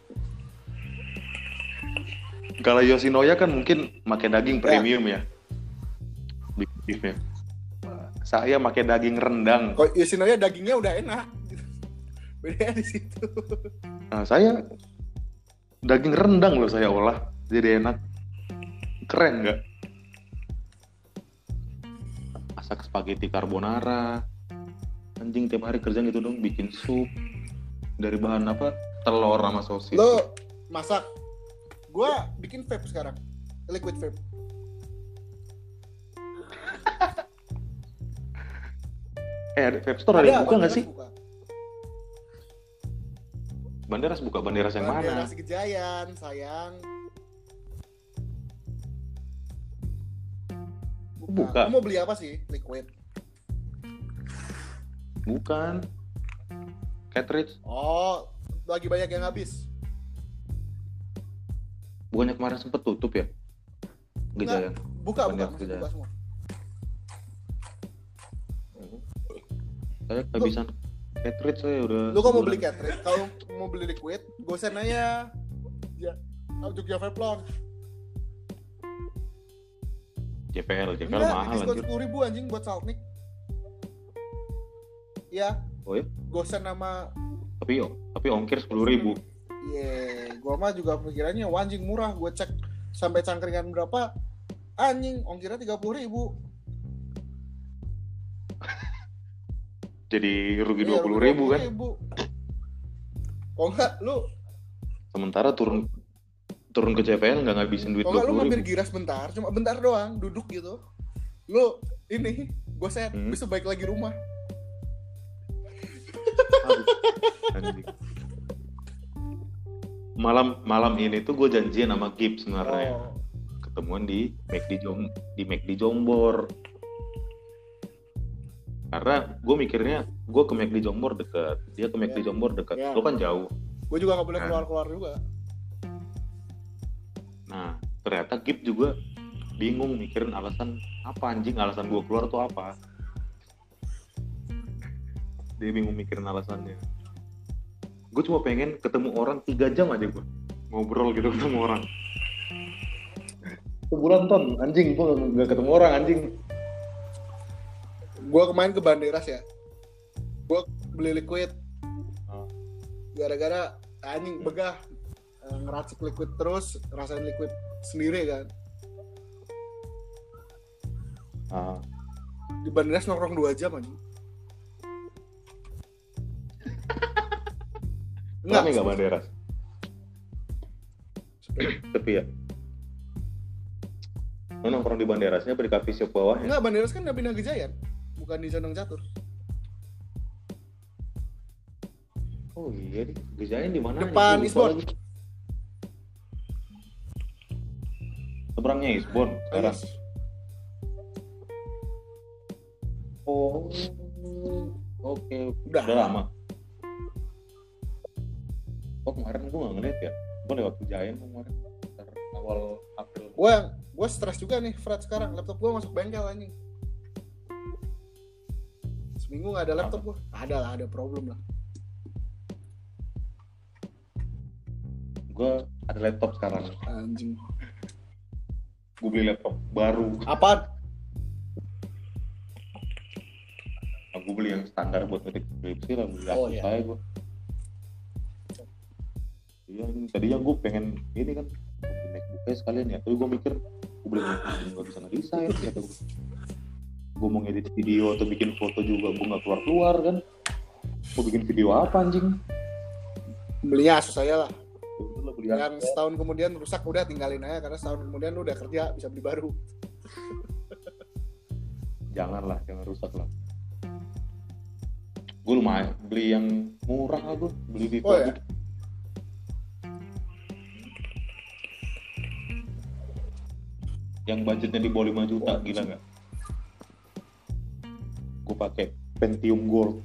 Kalau Yoshinoya kan mungkin pakai daging premium ya, ya. Beef beefnya. Saya pakai daging rendang. Kalau Yoshinoya dagingnya udah enak. Beda di situ. Nah, saya daging rendang loh saya olah, jadi enak. Keren nggak? Masak spaghetti carbonara. Anjing tiap hari kerjaan gitu dong, bikin sup dari bahan apa? Telur sama sosis. Lo masak. Gua bikin vape sekarang. Liquid vape. eh ada vape store ada yang buka nggak sih? Buka. Banderas buka, Banderas yang Banderas mana? Banderas Gejayan, sayang. Buka. Kamu mau beli apa sih? Liquid. Bukan. Cartridge. Oh, lagi banyak yang habis. Bukannya kemarin sempet tutup ya? Gejayan. Buka, buka, masih buka semua. Saya kehabisan cartridge saya udah. Lu kalau mau beli cartridge, kalau mau beli liquid, gosen aja. Ya, Jogja Vape Launch. J P L, J P L enggak, mahal anjir. sepuluh ribu anjing buat Saltnik. Iya. Oh ya? Gosen nama. Tapi yo, tapi ongkir sepuluh ribu. Iya, yeah. Gua mah juga pikirannya anjing murah. Gua cek sampai cangkringan berapa, anjing ongkirnya tiga puluh ribu. Jadi rugi dua puluh ribu kan? Oh enggak, lu sementara turun turun ke C P L nggak ngabisin duit dua puluh ribu. Kalau lu mampir giras bentar, cuma bentar doang, duduk gitu. Lu ini, gue set, hmm. bisa balik lagi rumah. Aduh, malam malam ini tuh gue janjian sama Gibbs sebenarnya. Oh. Ketemuan di McD Jom di McD Jombor. Karena gue mikirnya gue ke McD Jombor dekat, dia ke McD yeah. Jombor dekat. Yeah. Lo kan jauh. Gue juga nggak boleh nah. keluar-keluar juga. Nah, ternyata Gip juga bingung mikirin alasan apa anjing, alasan gue keluar tuh apa. Dia bingung mikirin alasannya. Gue cuma pengen ketemu orang tiga jam aja gue. Ngobrol gitu ketemu orang. Sebulan Ton, anjing, gue gak ketemu orang anjing. Gue kemarin ke Banderas ya. Gue beli liquid. Gara-gara anjing begah. Ngeracik liquid terus, rasain liquid sendiri kan. Uh. Di Banderas nongkrong dua jam aja. Rame nggak Banderas? Sepi ya. Lo nongkrong di Banderasnya apa di coffee shop bawahnya? Enggak, Banderas kan di Naga Jayan, bukan di Condong Catur. Oh iya, di Gejayan di mana? Depan Isbon. Seberangnya Isbon sekarang. Yes. Oh, oke, okay. Udah. Udah lama. Oh kemarin gue nggak ngeliat ya, gue lewat Gejayan kemarin awal April. Gue gue stres juga nih, Fred, sekarang laptop gue masuk bengkel anjing. Seminggu nggak ada laptop gue. Ada lah, ada problem lah. Gue ada laptop sekarang. Anjing. Gue beli laptop baru. Apaan? Nah, gue beli yang standar buat ngetik skripsi lah, beli Oh, Asus iya. saya gue. Iya, tadinya gue pengen ini kan, beli MacBook sekalian ya, tapi gue mikir gue beli MacBook nggak bisa ngedesain ya, gue mau ngedit video atau bikin foto juga gue nggak keluar keluar kan, gue bikin video apa anjing? Belinya Asus saya lah. Udah beli Yang setahun kemudian rusak udah tinggalin aja, karena setahun kemudian lu udah kerja bisa beli baru. Janganlah, jangan rusak lah. Gue lumayan beli yang murah lah, gue beli di Oh ya? Yang budgetnya di bawah lima juta, gila nggak? Gue pakai Pentium Gold.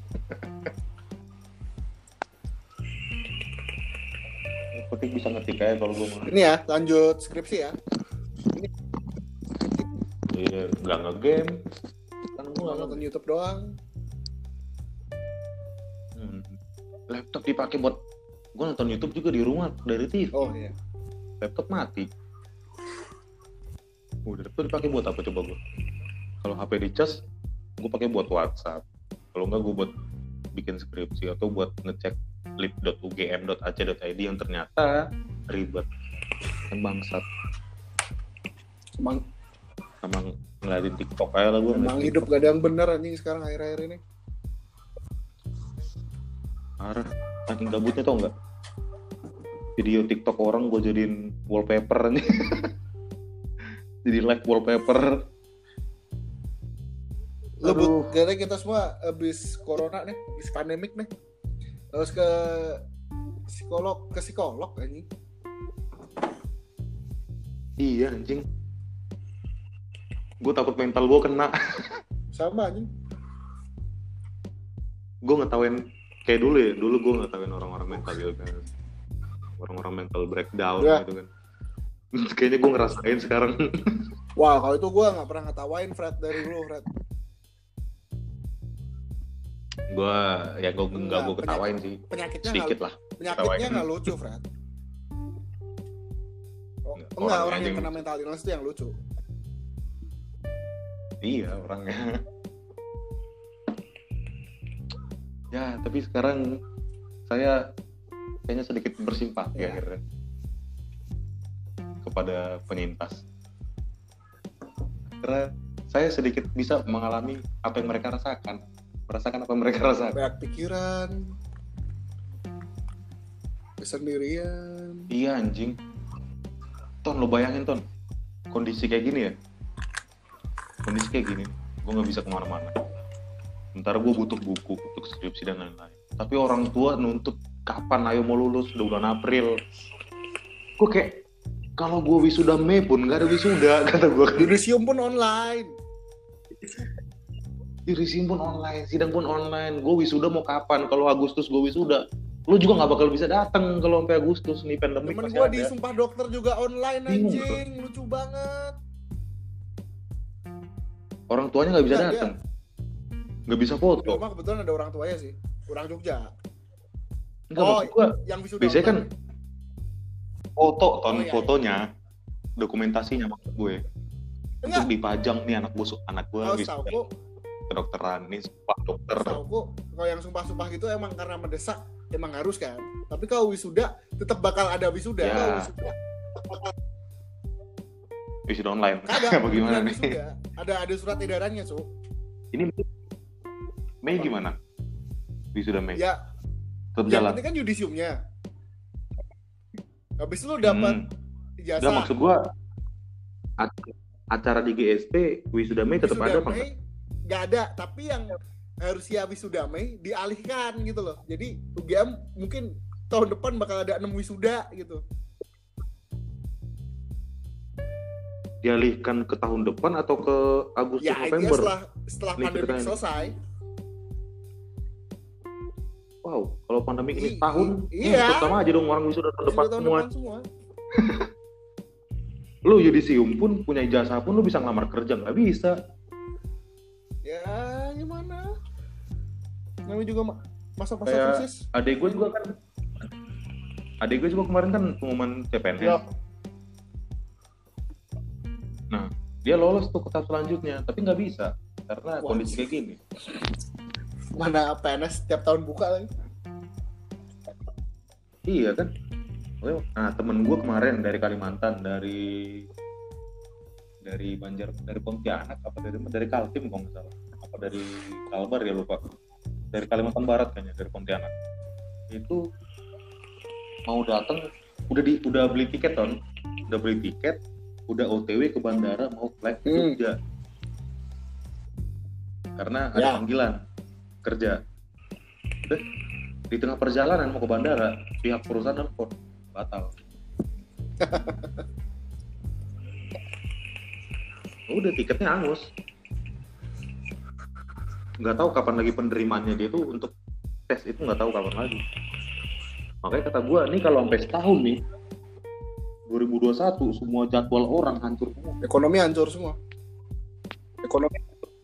Ketik bisa ngetik aja kalau gue mau. Ini ya, lanjut skripsi ya. Iya, nggak nge-game. Kan gue nggak Nonton YouTube doang. Hmm. Laptop dipakai buat gue nonton YouTube juga di rumah dari T V. Oh iya. Laptop mati. Udah, laptop dipakai buat apa coba gue? Kalau H P dicas, gue pakai buat WhatsApp. Kalau nggak gue buat bikin skripsi atau buat ngecek lib dot u g m dot a c dot i d yang ternyata ribet. Kan bangsat. Emang Sama ngeliatin TikTok aja lah gue. emang hidup gak ada yang bener anjing sekarang akhir-akhir ini. Parah, saking gabutnya tau nggak? Video TikTok orang gue jadiin wallpaper nih. Jadi like wallpaper. Lu Aduh. but, jadi kita semua abis corona nih, abis pandemik nih, terus ke psikolog, ke psikolog anjing. Iya anjing. Gue takut mental gue kena. Sama anjing. Gue ngetawain kayak dulu ya, dulu gue ngetawain orang-orang mental gitu kan, orang-orang mental breakdown ya. gitu kan. Kayaknya gue ngerasain sekarang. Wah, kalau itu gue nggak pernah ngetawain Fred dari dulu, Fred. Gue ya gue nggak gue ketawain penyakit, sih, penyakitnya sedikit gak, lah. penyakitnya nggak lucu, Fred. Oh, Nggak, enggak, orang, orangnya yang yang kena mental illness itu yang lucu. Iya orangnya. Ya tapi sekarang saya kayaknya sedikit bersimpati ya. akhirnya kepada penyintas. Karena saya sedikit bisa mengalami apa yang mereka rasakan, merasakan apa yang mereka rasakan. Banyak pikiran, kesendirian. Iya anjing. Ton, lo bayangin Ton, kondisi kayak gini ya, kondisi kayak gini, gue nggak bisa kemana-mana. Sementara gue butuh buku untuk skripsi dan lain-lain. Tapi orang tua nuntut kapan ayo mau lulus, udah bulan April. Gue kayak, kalau gue wisuda Mei pun nggak ada wisuda, kata gue. Judisium pun online. Judisium pun online, sidang pun online. Gue wisuda mau kapan? Kalau Agustus gue wisuda, lo juga nggak bakal bisa datang kalau sampai Agustus nih, pandemi Temen masih gue ada. di Sumpah Dokter juga online Bingung, anjing, lucu banget. Orang tuanya nggak bisa Nggak, datang, nggak bisa Di foto. rumah kebetulan ada orang tuanya sih, orang Jogja. Enggak, Oh, maksud gue, yang wisuda biasanya kan online. foto, ton, Oh, iya, fotonya, dokumentasinya maksud gue. Enggak. Untuk dipajang nih anak gue, anak gue Oh, wisuda setahu kedokteran, nih sumpah dokter. Setahu kalau yang sumpah-sumpah gitu emang karena mendesak, emang harus kan. Tapi kalau wisuda tetap bakal ada wisuda. Ya. Kalau wisuda Wisuda online. kagak. Bagaimana beneran nih? Wisuda. Ada ada surat edarannya, Su. Ini Mei gimana? Wisuda Mei. Ya, Tetap yang jalan. penting kan judisiumnya. Habis lu dapat hmm. ijazah. Nggak, maksud gua acara di G S P wisuda Mei tetap ada apa enggak? Nggak ada, tapi yang harusnya wisuda Mei dialihkan gitu loh. Jadi U G M mungkin tahun depan bakal ada enam wisuda gitu. Dialihkan ke tahun depan atau ke Agustus ya, November? Ya, setelah setelah ini pandemi selesai. Wow, kalau pandemi ini I, setahun, iya. Hmm, sama aja dong orang wisuda tahun depan tahun semua. Depan semua. Lu yudisium pun punya ijazah pun lu bisa ngelamar kerja, nggak bisa. Ya gimana? Namanya juga masa-masa kayak krisis. Adek gue juga kan, adek gue juga kemarin kan pengumuman C P N S. Ya. Nah, dia lolos tuh ke tahap selanjutnya, tapi nggak bisa karena Wah. kondisi kayak gini. Mana P N S setiap tahun buka lagi? Iya kan. Nah, temen gue kemarin dari Kalimantan, dari dari Banjar, dari Pontianak, apa dari dari Kaltim kalau nggak salah, apa dari Kalbar ya lupa, dari Kalimantan Barat kayaknya, dari Pontianak. Itu mau datang, udah di, udah beli tiket ton, udah beli tiket, udah O T W ke bandara mau flight ke Jogja, hmm. karena ada ya. panggilan kerja. Udah di tengah perjalanan mau ke bandara, pihak perusahaan nelfon batal. Udah tiketnya angus, nggak tahu kapan lagi penerimaannya dia tuh untuk tes itu, nggak tahu kapan lagi. Makanya kata gue nih kalau sampai setahun nih dua ribu dua puluh satu semua jadwal orang hancur semua, ekonomi hancur semua, ekonomi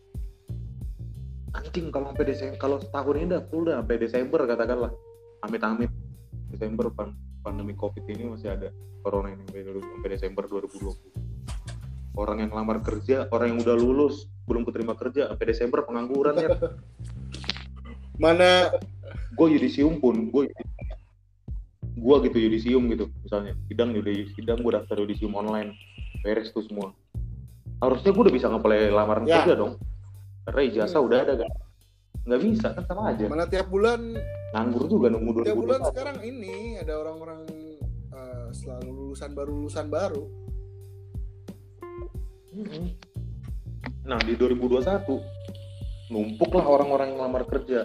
anjing. Kalau sampai Desember, kalau setahun ini udah full dah sampai Desember katakanlah, amit-amit Desember pandemi Covid ini masih ada, corona ini sampai Desember dua ribu dua puluh. Orang yang lamar kerja, orang yang udah lulus belum keterima kerja sampai Desember pengangguran ya. Mana gue yudisium pun, gue gue gitu yudisium gitu, misalnya sidang yudisium, sidang gue daftar yudisium online, beres tuh semua. Harusnya gue udah bisa nge-apply lamaran ya. kerja dong, karena ijazah hmm. udah ada kan. Nggak bisa kan, sama aja. Mana tiap bulan nganggur juga nunggu dua ribu dua puluh. Tiap bulan sekarang ini ada orang-orang uh, selalu lulusan baru lulusan baru. Nah di dua ribu dua puluh satu numpuklah orang-orang yang lamar kerja.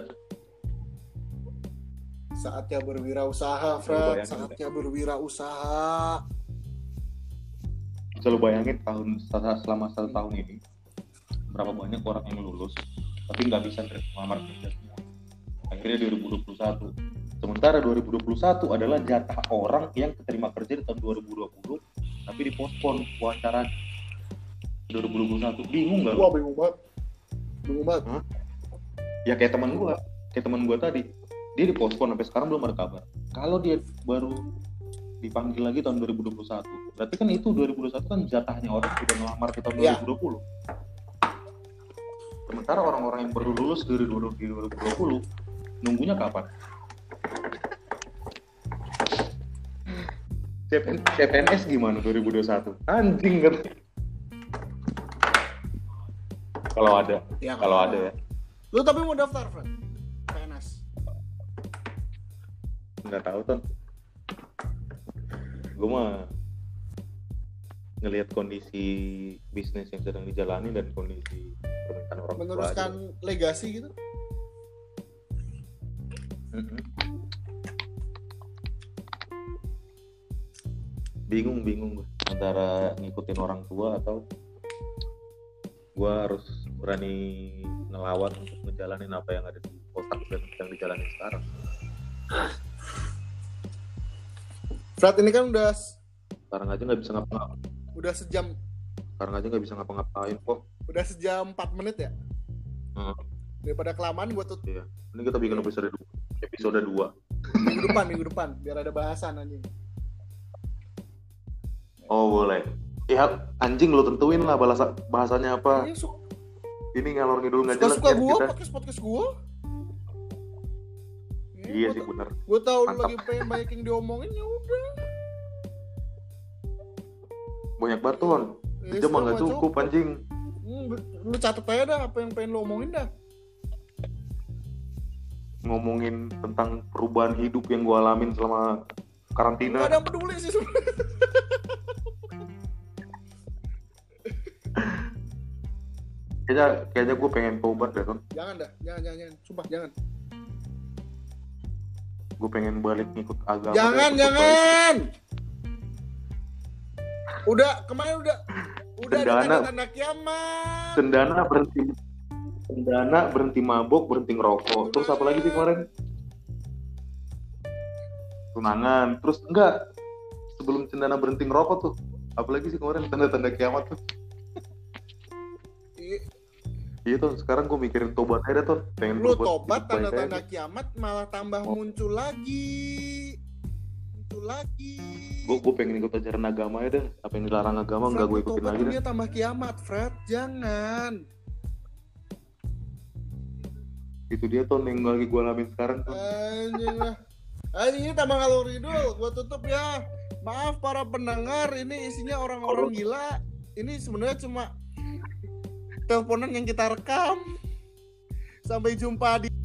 Saatnya berwirausaha, Fred. Saatnya berwirausaha. Bisa lu bayangin tahun selama satu tahun ini berapa banyak orang yang lulus tapi nggak bisa lamar kerja semua. Akhirnya dua ribu dua puluh satu. Sementara dua ribu dua puluh satu adalah jatah orang yang keterima kerja di tahun dua ribu dua puluh tapi dipospon wawancara dua ribu dua puluh satu. Bingung nggak? Wah bingung banget. Bingung banget. Hah? Ya kayak teman gue, kayak teman gue tadi, dia dipospon sampai sekarang belum ada kabar. Kalau dia baru dipanggil lagi tahun dua ribu dua puluh satu, berarti kan itu dua ribu dua puluh satu kan jatahnya orang sudah ngelamar di tahun ya. dua ribu dua puluh. Sementara orang-orang yang baru lulus dari dua ribu dua puluh nunggunya kapan? C P N S gimana dua ribu dua puluh satu? Anjing kan? Kalau ada, ya, kalau ada ya. Lu tapi mau daftar, Fred? P N S? Nggak tahu Ton. Gue mah ngelihat kondisi bisnis yang sedang dijalani dan kondisi permintaan orang tua. Meneruskan legasi gitu? Mm-hmm. Bingung bingung gue antara ngikutin orang tua atau gue harus berani ngelawan untuk ngejalanin apa yang ada di otak dan yang dijalanin sekarang. Fred ini kan udah sekarang aja nggak bisa ngapa-ngapain. Udah sejam. Sekarang aja nggak bisa ngapa-ngapain kok. Udah sejam empat menit ya. Hmm. Daripada kelamaan gue tuh. Iya. Ini kita bikin episode dua. Episode dua. Minggu depan, minggu depan biar ada bahasan anjing. Oh boleh. Ya anjing lo tentuin lah bahasa bahasanya apa. Iya, su- Ini ngalor ngidul nggak jelas. Suka-suka gue podcast podcast gue. Ya, iya sih benar. Gue tahu lu lagi pengen banyak yang diomongin ya udah. Banyak batuan. Sejam mah nggak cukup anjing. Hmm, lu catat aja dah apa yang pengen lu omongin dah. Ngomongin tentang perubahan hidup yang gue alamin selama karantina. Nggak ada yang peduli sih sebenarnya. Kayaknya, kayaknya gue pengen tobat deh, Ton. Jangan dah, jangan, jangan, jangan. Sumpah, jangan. Gue pengen balik ngikut agama. Jangan, deh, jangan. Udah, kemarin udah, udah ada Cendana. tanda-tanda kiamat. Cendana berhenti, Cendana berhenti mabok, berhenti ngerokok. Terus apa lagi sih kemarin? Tunangan. Terus enggak, sebelum Cendana berhenti ngerokok tuh, apalagi sih kemarin tanda-tanda kiamat tuh. I- Iya Ton, sekarang gue mikirin tobat aja Ton. Pengen Lu berbuat tobat, hidup baik tanda-tanda aja. kiamat malah tambah Oh. muncul lagi. Muncul lagi. Gue gue pengen ikut ajaran agama aja deh. Apa yang dilarang agama Fred, enggak gue lu ikutin tobat lagi deh. dunia tambah kiamat, Fred. Jangan. Itu dia Ton yang lagi gue alamin sekarang Ton. Anjing lah. Anjing ini tambah ngalur ngidul. Gua tutup ya. Maaf para pendengar, ini isinya orang-orang gila. Ini sebenarnya cuma teleponan yang kita rekam. Sampai jumpa di